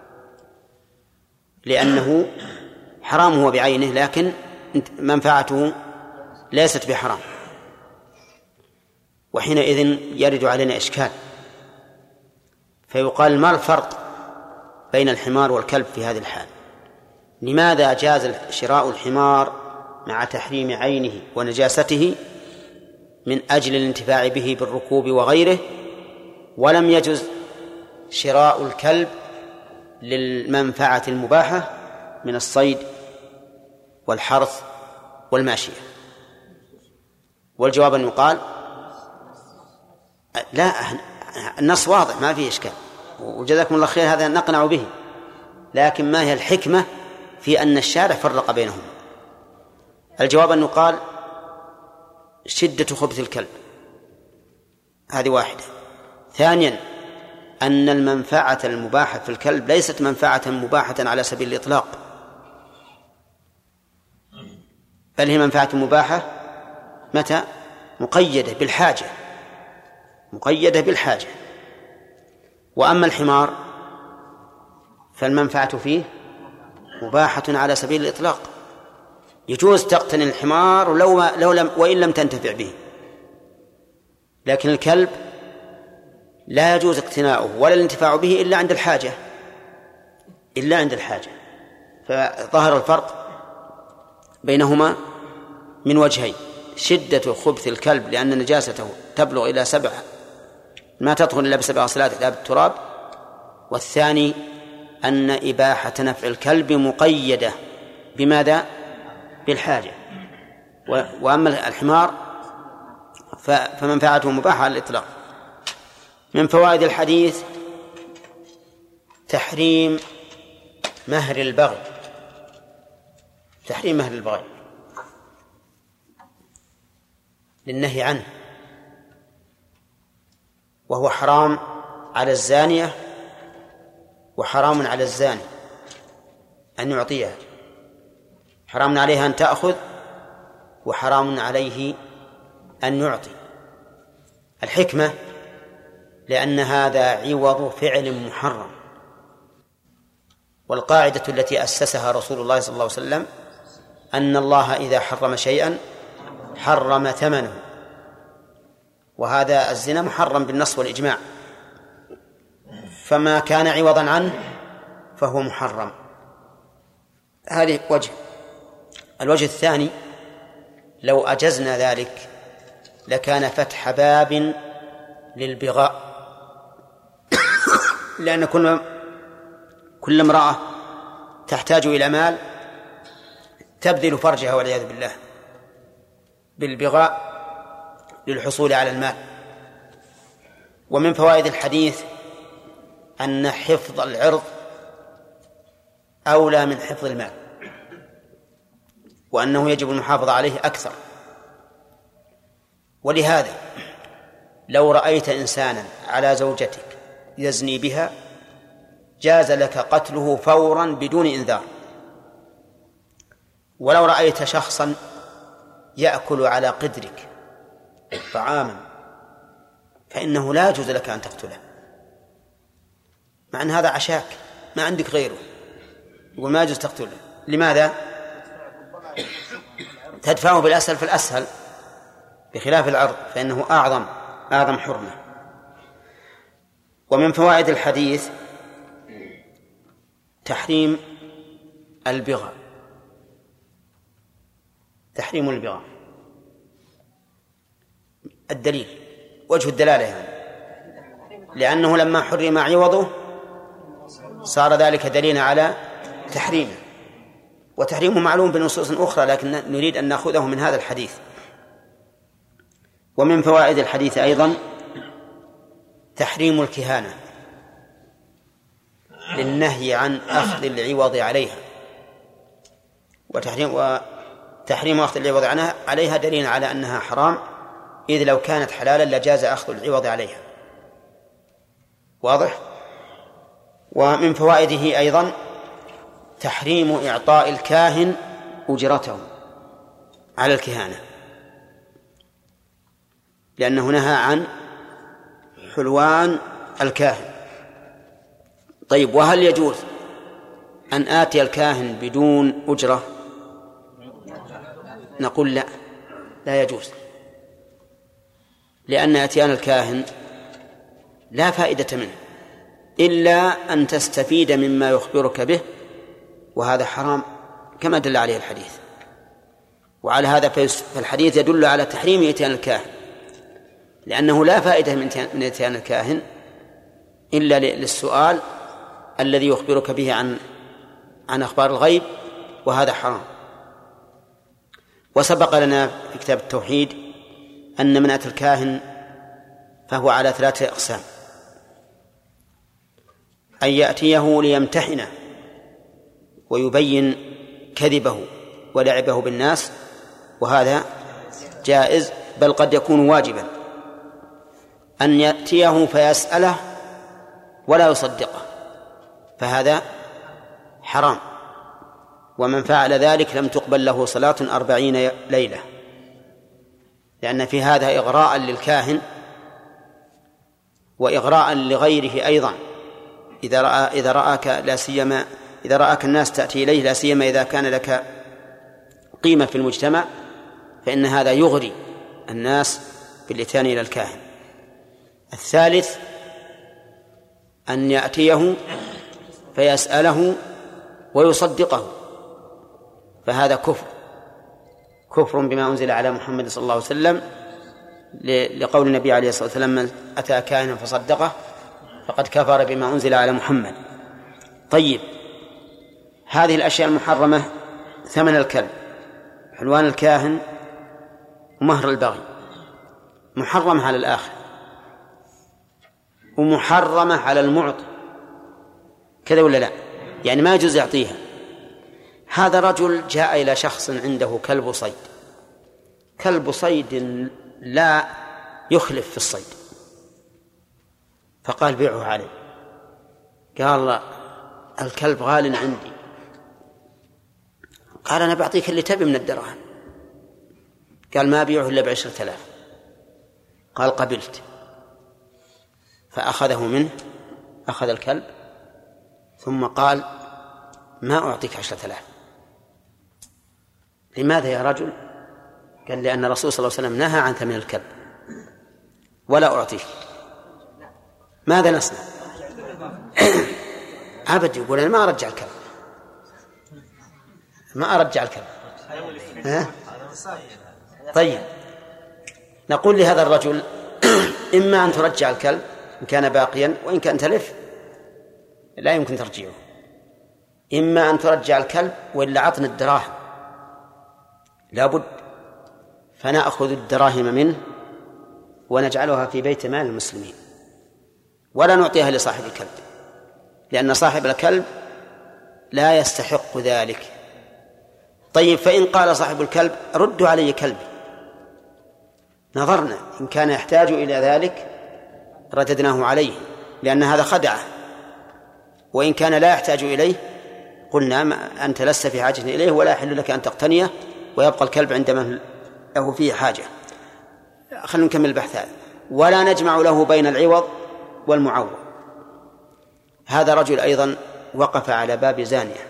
لأنه حرام هو بعينه، لكن منفعته ليست بحرام. وحينئذ يرد علينا إشكال، فيقال: ما الفرق بين الحمار والكلب في هذه الحال؟ لماذا جاز شراء الحمار مع تحريم عينه ونجاسته من أجل الانتفاع به بالركوب وغيره، ولم يجز شراء الكلب للمنفعة المباحة من الصيد والحرث والماشية؟ والجواب أن يقال: لا، النص واضح ما فيه إشكال، وجزاكم الله خير، هذا نقنع به، لكن ما هي الحكمة في أن الشارع فرق بينهم؟ الجواب أن يقال: شدة خبث الكلب، هذه واحدة. ثانيا، أن المنفعة المباحة في الكلب ليست منفعة مباحة على سبيل الإطلاق، بل هي منفعة مباحة متى؟ مقيدة بالحاجة مقيدة بالحاجة. وأما الحمار فالمنفعة فيه مباحة على سبيل الإطلاق، يجوز تقتني الحمار لو لو لم وإن لم تنتفع به، لكن الكلب لا يجوز اقتناؤه ولا الانتفاع به إلا عند الحاجة إلا عند الحاجة. فظهر الفرق بينهما من وجهين: شدة خبث الكلب لأن نجاسته تبلغ إلى سبع ما تدخل إلا بسبع صلات إلا بالتراب، والثاني أن إباحة نفع الكلب مقيدة بماذا؟ بالحاجة. وأما الحمار فمنفعته مباحة على الإطلاق. من فوائد الحديث تحريم مهر البغي تحريم مهر البغي للنهي عنه، وهو حرام على الزانية وحرام على الزاني أن يعطيها، حرام عليها أن تأخذ وحرام عليه أن يعطي. الحكمة لأن هذا عوض فعل محرم، والقاعدة التي أسسها رسول الله صلى الله عليه وسلم أن الله إذا حرم شيئا حرم ثمنه، وهذا الزنا محرم بالنص والإجماع، فما كان عوضا عنه فهو محرم. هذه وجه. الوجه الثاني: لو أجزنا ذلك لكان فتح باب للبغاء، لأن كل كل امرأة تحتاج إلى مال تبذل فرجها والعياذ بالله بالبغاء للحصول على المال. ومن فوائد الحديث أن حفظ العرض أولى من حفظ المال، وأنه يجب المحافظة عليه أكثر. ولهذا لو رأيت إنسانا على زوجتك يزني بها جاز لك قتله فورا بدون إنذار. ولو رأيت شخصا يأكل على قدرك طعاما فإنه لا يجوز لك أن تقتله، مع أن هذا عشاك ما عندك غيره، يقول ما يجوز تقتله. لماذا؟ تدفعه بالأسهل فالأسهل، بخلاف العرض فإنه أعظم أعظم حرمة. ومن فوائد الحديث تحريم البغاء، تحريم البغاء. الدليل وجه الدلالة يعني لأنه لما حرم عوضه صار ذلك دليلا على تحريمه، وتحريمه معلوم بنصوص أخرى لكن نريد أن نأخذه من هذا الحديث. ومن فوائد الحديث أيضا تحريم الكهانة للنهي عن أخذ العوض عليها، وتحريم وتحريم أخذ العوض عنها عليها دليل على أنها حرام، إذ لو كانت حلالا لجاز أخذ العوض عليها. واضح؟ ومن فوائده أيضا تحريم إعطاء الكاهن أجرته على الكهانة، لأنه نهى عن حلوان الكاهن. طيب، وهل يجوز أن آتي الكاهن بدون أجرة؟ نقول لا، لا يجوز، لأن أتيان الكاهن لا فائدة منه إلا أن تستفيد مما يخبرك به، وهذا حرام كما دل عليه الحديث. وعلى هذا فالحديث يدل على تحريم إتيان الكاهن، لأنه لا فائدة من إتيان الكاهن إلا للسؤال الذي يخبرك به عن عن أخبار الغيب، وهذا حرام. وسبق لنا في كتاب التوحيد أن من أتى الكاهن فهو على ثلاثة أقسام: أن يأتيه ليمتحنه ويبين كذبه ولعبه بالناس، وهذا جائز بل قد يكون واجبا. أن يأتيه فيسأله ولا يصدقه، فهذا حرام، ومن فعل ذلك لم تقبل له صلاة أربعين ليلة، لأن في هذا إغراء للكاهن وإغراء لغيره أيضا. إذا رأى إذا رآك لا سيما إذا رآك الناس تأتي إليه، لا سيما إذا كان لك قيمة في المجتمع، فإن هذا يغري الناس بالإتيان إلى الكاهن. الثالث أن يأتيه فيسأله ويصدقه، فهذا كفر كفر بما أنزل على محمد صلى الله عليه وسلم، لقول النبي عليه الصلاة والسلام: من أتى كاهنا فصدقه فقد كفر بما أنزل على محمد. طيب، هذه الأشياء المحرمة: ثمن الكلب، حلوان الكاهن، ومهر البغي، محرمة على الآخر ومحرمة على المعطي، كذا ولا لا؟ يعني ما يجوز يعطيها. هذا رجل جاء إلى شخص عنده كلب صيد، كلب صيد لا يخلف في الصيد، فقال: بيعه علي. قال: الكلب غال عندي. قال: أنا بعطيك اللي تبي من الدراهم. قال: ما بيعه إلا بعشرة آلاف. قال: قبلت. فأخذه منه، أخذ الكلب، ثم قال: ما أعطيك عشرة آلاف. لماذا يا رجل؟ قال: لأن الرسول صلى الله عليه وسلم نهى عن ثمن الكلب ولا أعطيك. ماذا نصنع؟ عبد يقول: أنا ما أرجع الكلب، ما أرجع الكلب. ها؟ طيب، نقول لهذا الرجل: إما أن ترجع الكلب إن كان باقيا، وإن كان تلف لا يمكن ترجيعه. إما أن ترجع الكلب وإلا عطنا الدراهم لابد، فنأخذ الدراهم منه ونجعلها في بيت مال المسلمين ولا نعطيها لصاحب الكلب، لأن صاحب الكلب لا يستحق ذلك. طيب، فإن قال صاحب الكلب ردوا علي كلبي، نظرنا إن كان يحتاج إلى ذلك رددناه عليه لأن هذا خدعه، وإن كان لا يحتاج إليه قلنا أنت لست في حاجة إليه ولا يحل لك أن تقتنيه ويبقى الكلب عندما له فيه حاجة. خلينا نكمل البحث هذا. ولا نجمع له بين العوض والمعوض. هذا رجل أيضا وقف على باب زانية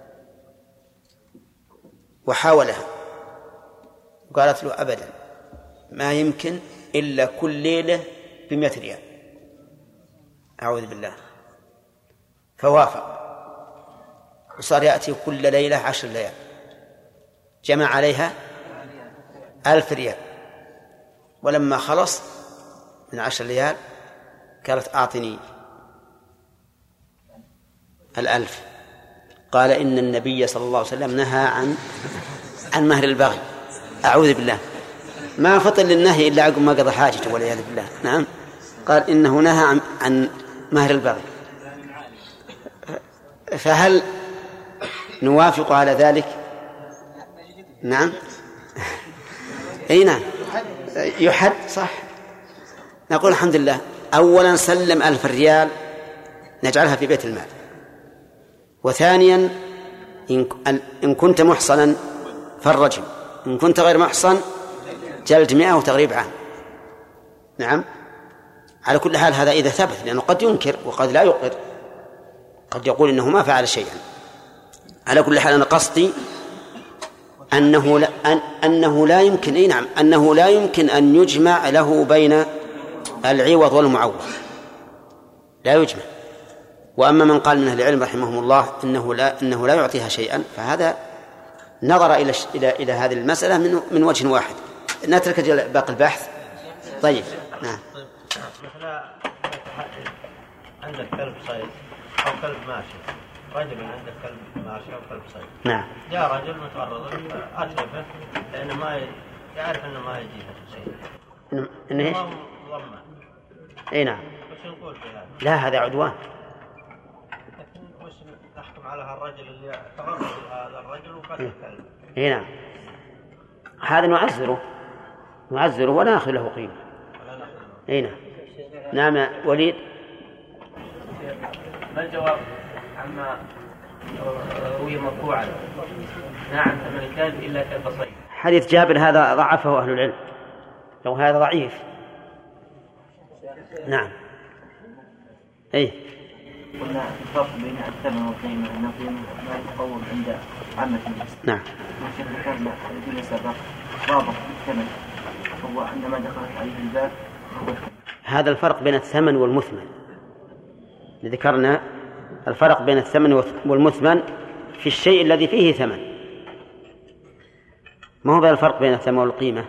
وحاولها وقالت له أبدا ما يمكن إلا كل ليلة بمئة ريال، أعوذ بالله، فوافق وصار يأتي كل ليلة عشر ليال، جمع عليها ألف ريال. ولما خلص من عشر ليال قالت أعطني الألف. قال إن النبي صلى الله عليه وسلم نهى عن عن مهر البغي. أعوذ بالله، ما فطن للنهي إلا عقب ما قضى حاجته والعياذ بالله. نعم، قال إنه نهى عن, عن مهر البغي. فهل نوافق على ذلك؟ نعم. أي نعم، يحد صح. نقول الحمد لله، أولا سلم ألف ريال نجعلها في بيت المال، وثانيا إن كنت محصنا فالرجم، إن كنت غير محصن جلد مئة وتغريب عام. نعم، على كل حال هذا إذا ثبت، لأنه قد ينكر وقد لا يقر، قد يقول إنه ما فعل شيئا. على كل حال أنا قصدي أنه لا, أن أنه لا يمكن أي نعم أنه لا يمكن أن يجمع له بين العوض والمعوض، لا يجمع. وأما من قال من أهل العلم رحمهم الله إنه لا إنه لا يعطيها شيئا، فهذا نظر إلى إلى إلى هذه المسألة من من وجه واحد. نترك باقي البحث. طيب، نعم.
مثلا عندك كلب صيد أو كلب ماشي، رجل عنده كلب ماشي أو كلب صيد.
نعم.
جاء رجل متعرض أتلفه لأنه ما يعرف أنه ما يجيه شيء.
إنه إنه إيش؟
ضمن.
إيه نعم.
وش نقول في هذا؟
لا، هذا عدوان.
لكن وش تحكم على هالرجل اللي تعرض هذا الرجل وقتل الكلب؟
إيه نعم. هذا نعذره نعذره ولا نأخذ له قيمة. إيه نعم. نعم وليد.
ما الجواب عما روي مرفوعا نعم ثمن الكلب إلا كلب صيد؟
حديث جابر هذا ضعفه أهل العلم، لو هذا ضعيف. نعم. أي.
قلنا الفرق بين الثمن والقيمة أن القيمة ما يتقوم عند عامة الناس.
نعم.
والشيخ ذكرنا الذي سبق رابط الثمن هو عندما دخلت عليه الباب هو
هذا الفرق بين الثمن والمثمن. ذكرنا الفرق بين الثمن والمثمن في الشيء الذي فيه ثمن، ما هو بين الفرق بين الثمن والقيمة.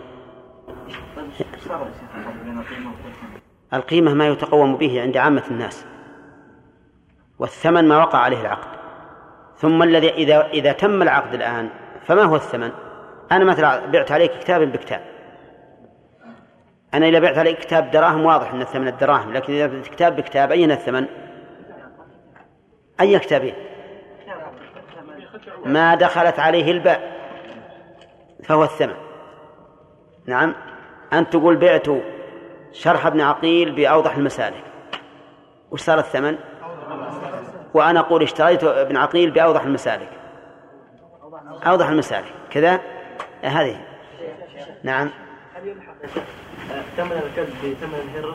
القيمة ما يتقوم به عند عامة الناس، والثمن ما وقع عليه العقد. ثم الذي إذا إذا تم العقد الآن فما هو الثمن؟ أنا مثلا بعت عليك كتاب بكتاب، أنا إذا بعت عليك كتاب دراهم واضح أن الثمن الدراهم، لكن إذا بعت كتاب بكتاب أين الثمن؟ أي كتابين؟ ما دخلت عليه الباء فهو الثمن. نعم. أنت تقول بعت شرح ابن عقيل بأوضح المسالك، وش صار الثمن؟ وأنا أقول اشتريت ابن عقيل بأوضح المسالك، أوضح المسالك كذا هذه. نعم.
ثمن الكلب بثمن الهرة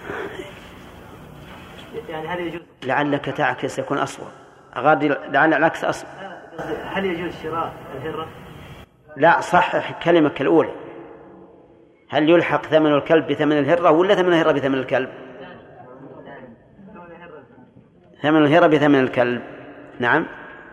يعني هل يجوز؟
لعلك تعكس يكون أصوب، أغادي لعل العكس أصوب.
هل يجوز شراء الهرة؟
لا، صحح كلمك الأولى. هل يلحق ثمن الكلب بثمن الهرة ولا ثمن الهرة بثمن الكلب؟ ثمن الهرة بثمن الكلب. نعم.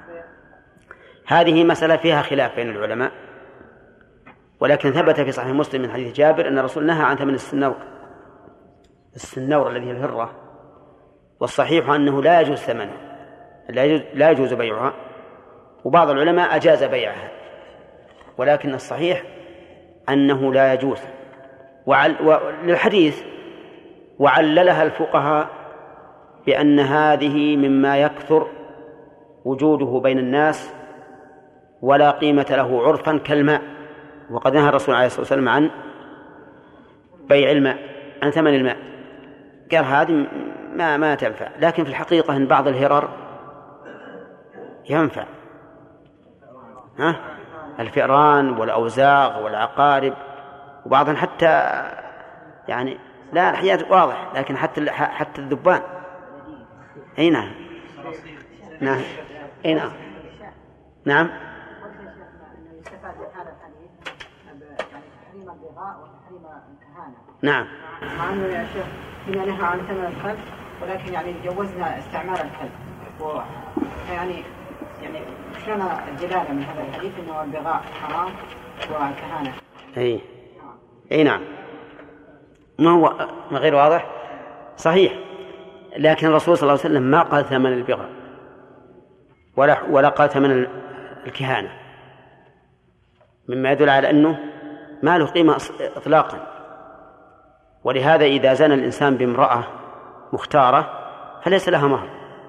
هذه مسألة فيها خلاف بين العلماء، ولكن ثبت في صحيح مسلم من حديث جابر أن الرسول نهى عن ثمن السنور السنور الذي هي الهرة، والصحيح أنه لا يجوز ثمنه، لا يجوز, لا يجوز بيعها، وبعض العلماء أجاز بيعها، ولكن الصحيح أنه لا يجوز. وعل وللحديث وعللها الفقهاء بأن هذه مما يكثر وجوده بين الناس ولا قيمة له عرفا كالماء، وقد نهى الرسول عليه الصلاة والسلام عن بيع الماء، عن ثمن الماء، قال هذه ما ما تنفع. لكن في الحقيقة إن بعض الهرر ينفع، ها؟ الفئران والأوزاغ والعقارب، وبعضهم حتى يعني لا الحياة واضح، لكن حتى حتى الذبان. أي نعم نعم أي نعم نعم نعم.
مع أنه يا شيخ هنا نهى عن ثمن الكلب، ولكن يعني جوزنا استعمال الكلب، يعني يعني شلون الدلالة من هذا الحديث أنه البغاء حرام والكهانة؟
أي أي نعم، ما هو ما غير واضح صحيح. لكن الرسول صلى الله عليه وسلم ما قال ثمن البغاء ولا ولا قال ثمن الكهانة، مما يدل على أنه ما له قيمة إطلاقا. ولهذا إذا زنى الإنسان بامرأة مختارة فليس لها مهر،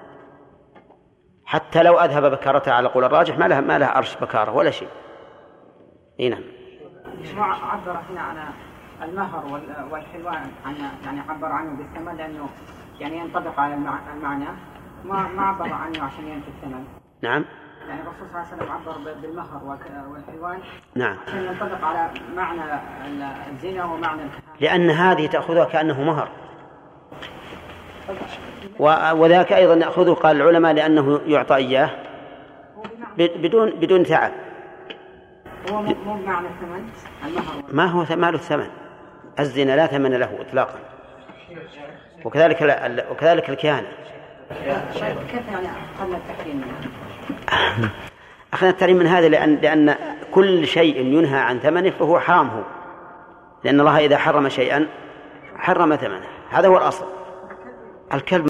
حتى لو أذهب بكارتها على قول الراجح ما لها ما لها عرش بكارة ولا شيء. إيه نعم.
عبر هنا عن المهر والحلوان عن يعني عبر عنه بالثمن لأنه يعني ينطبق على المعنى، ما ما عبر عنه عشان ينفي الثمن.
نعم.
يعني الرسول صلى الله عليه وسلم عبر بالمهر والحلوان
نعم
عشان ينطبق على معنى الزنا ومعنى الكهانة،
لأن هذه تأخذها كأنه مهر، وذاك أيضا نأخذه قال العلماء لأنه يعطى إياه بدون بدون تعب.
هو مو معنى الثمن المهر،
ما هو مال الثمن، الزنا لا ثمن له إطلاقا، وكذلك وكذلك الكهانة.
كيف يعني أخذنا التحريم منها؟
أخذنا التحريم من هذا لأن لأن كل شيء ينهى عن ثمنه فهو حرام، هو لأن الله إذا حرم شيئا حرم ثمنه، هذا هو الأصل. الكلب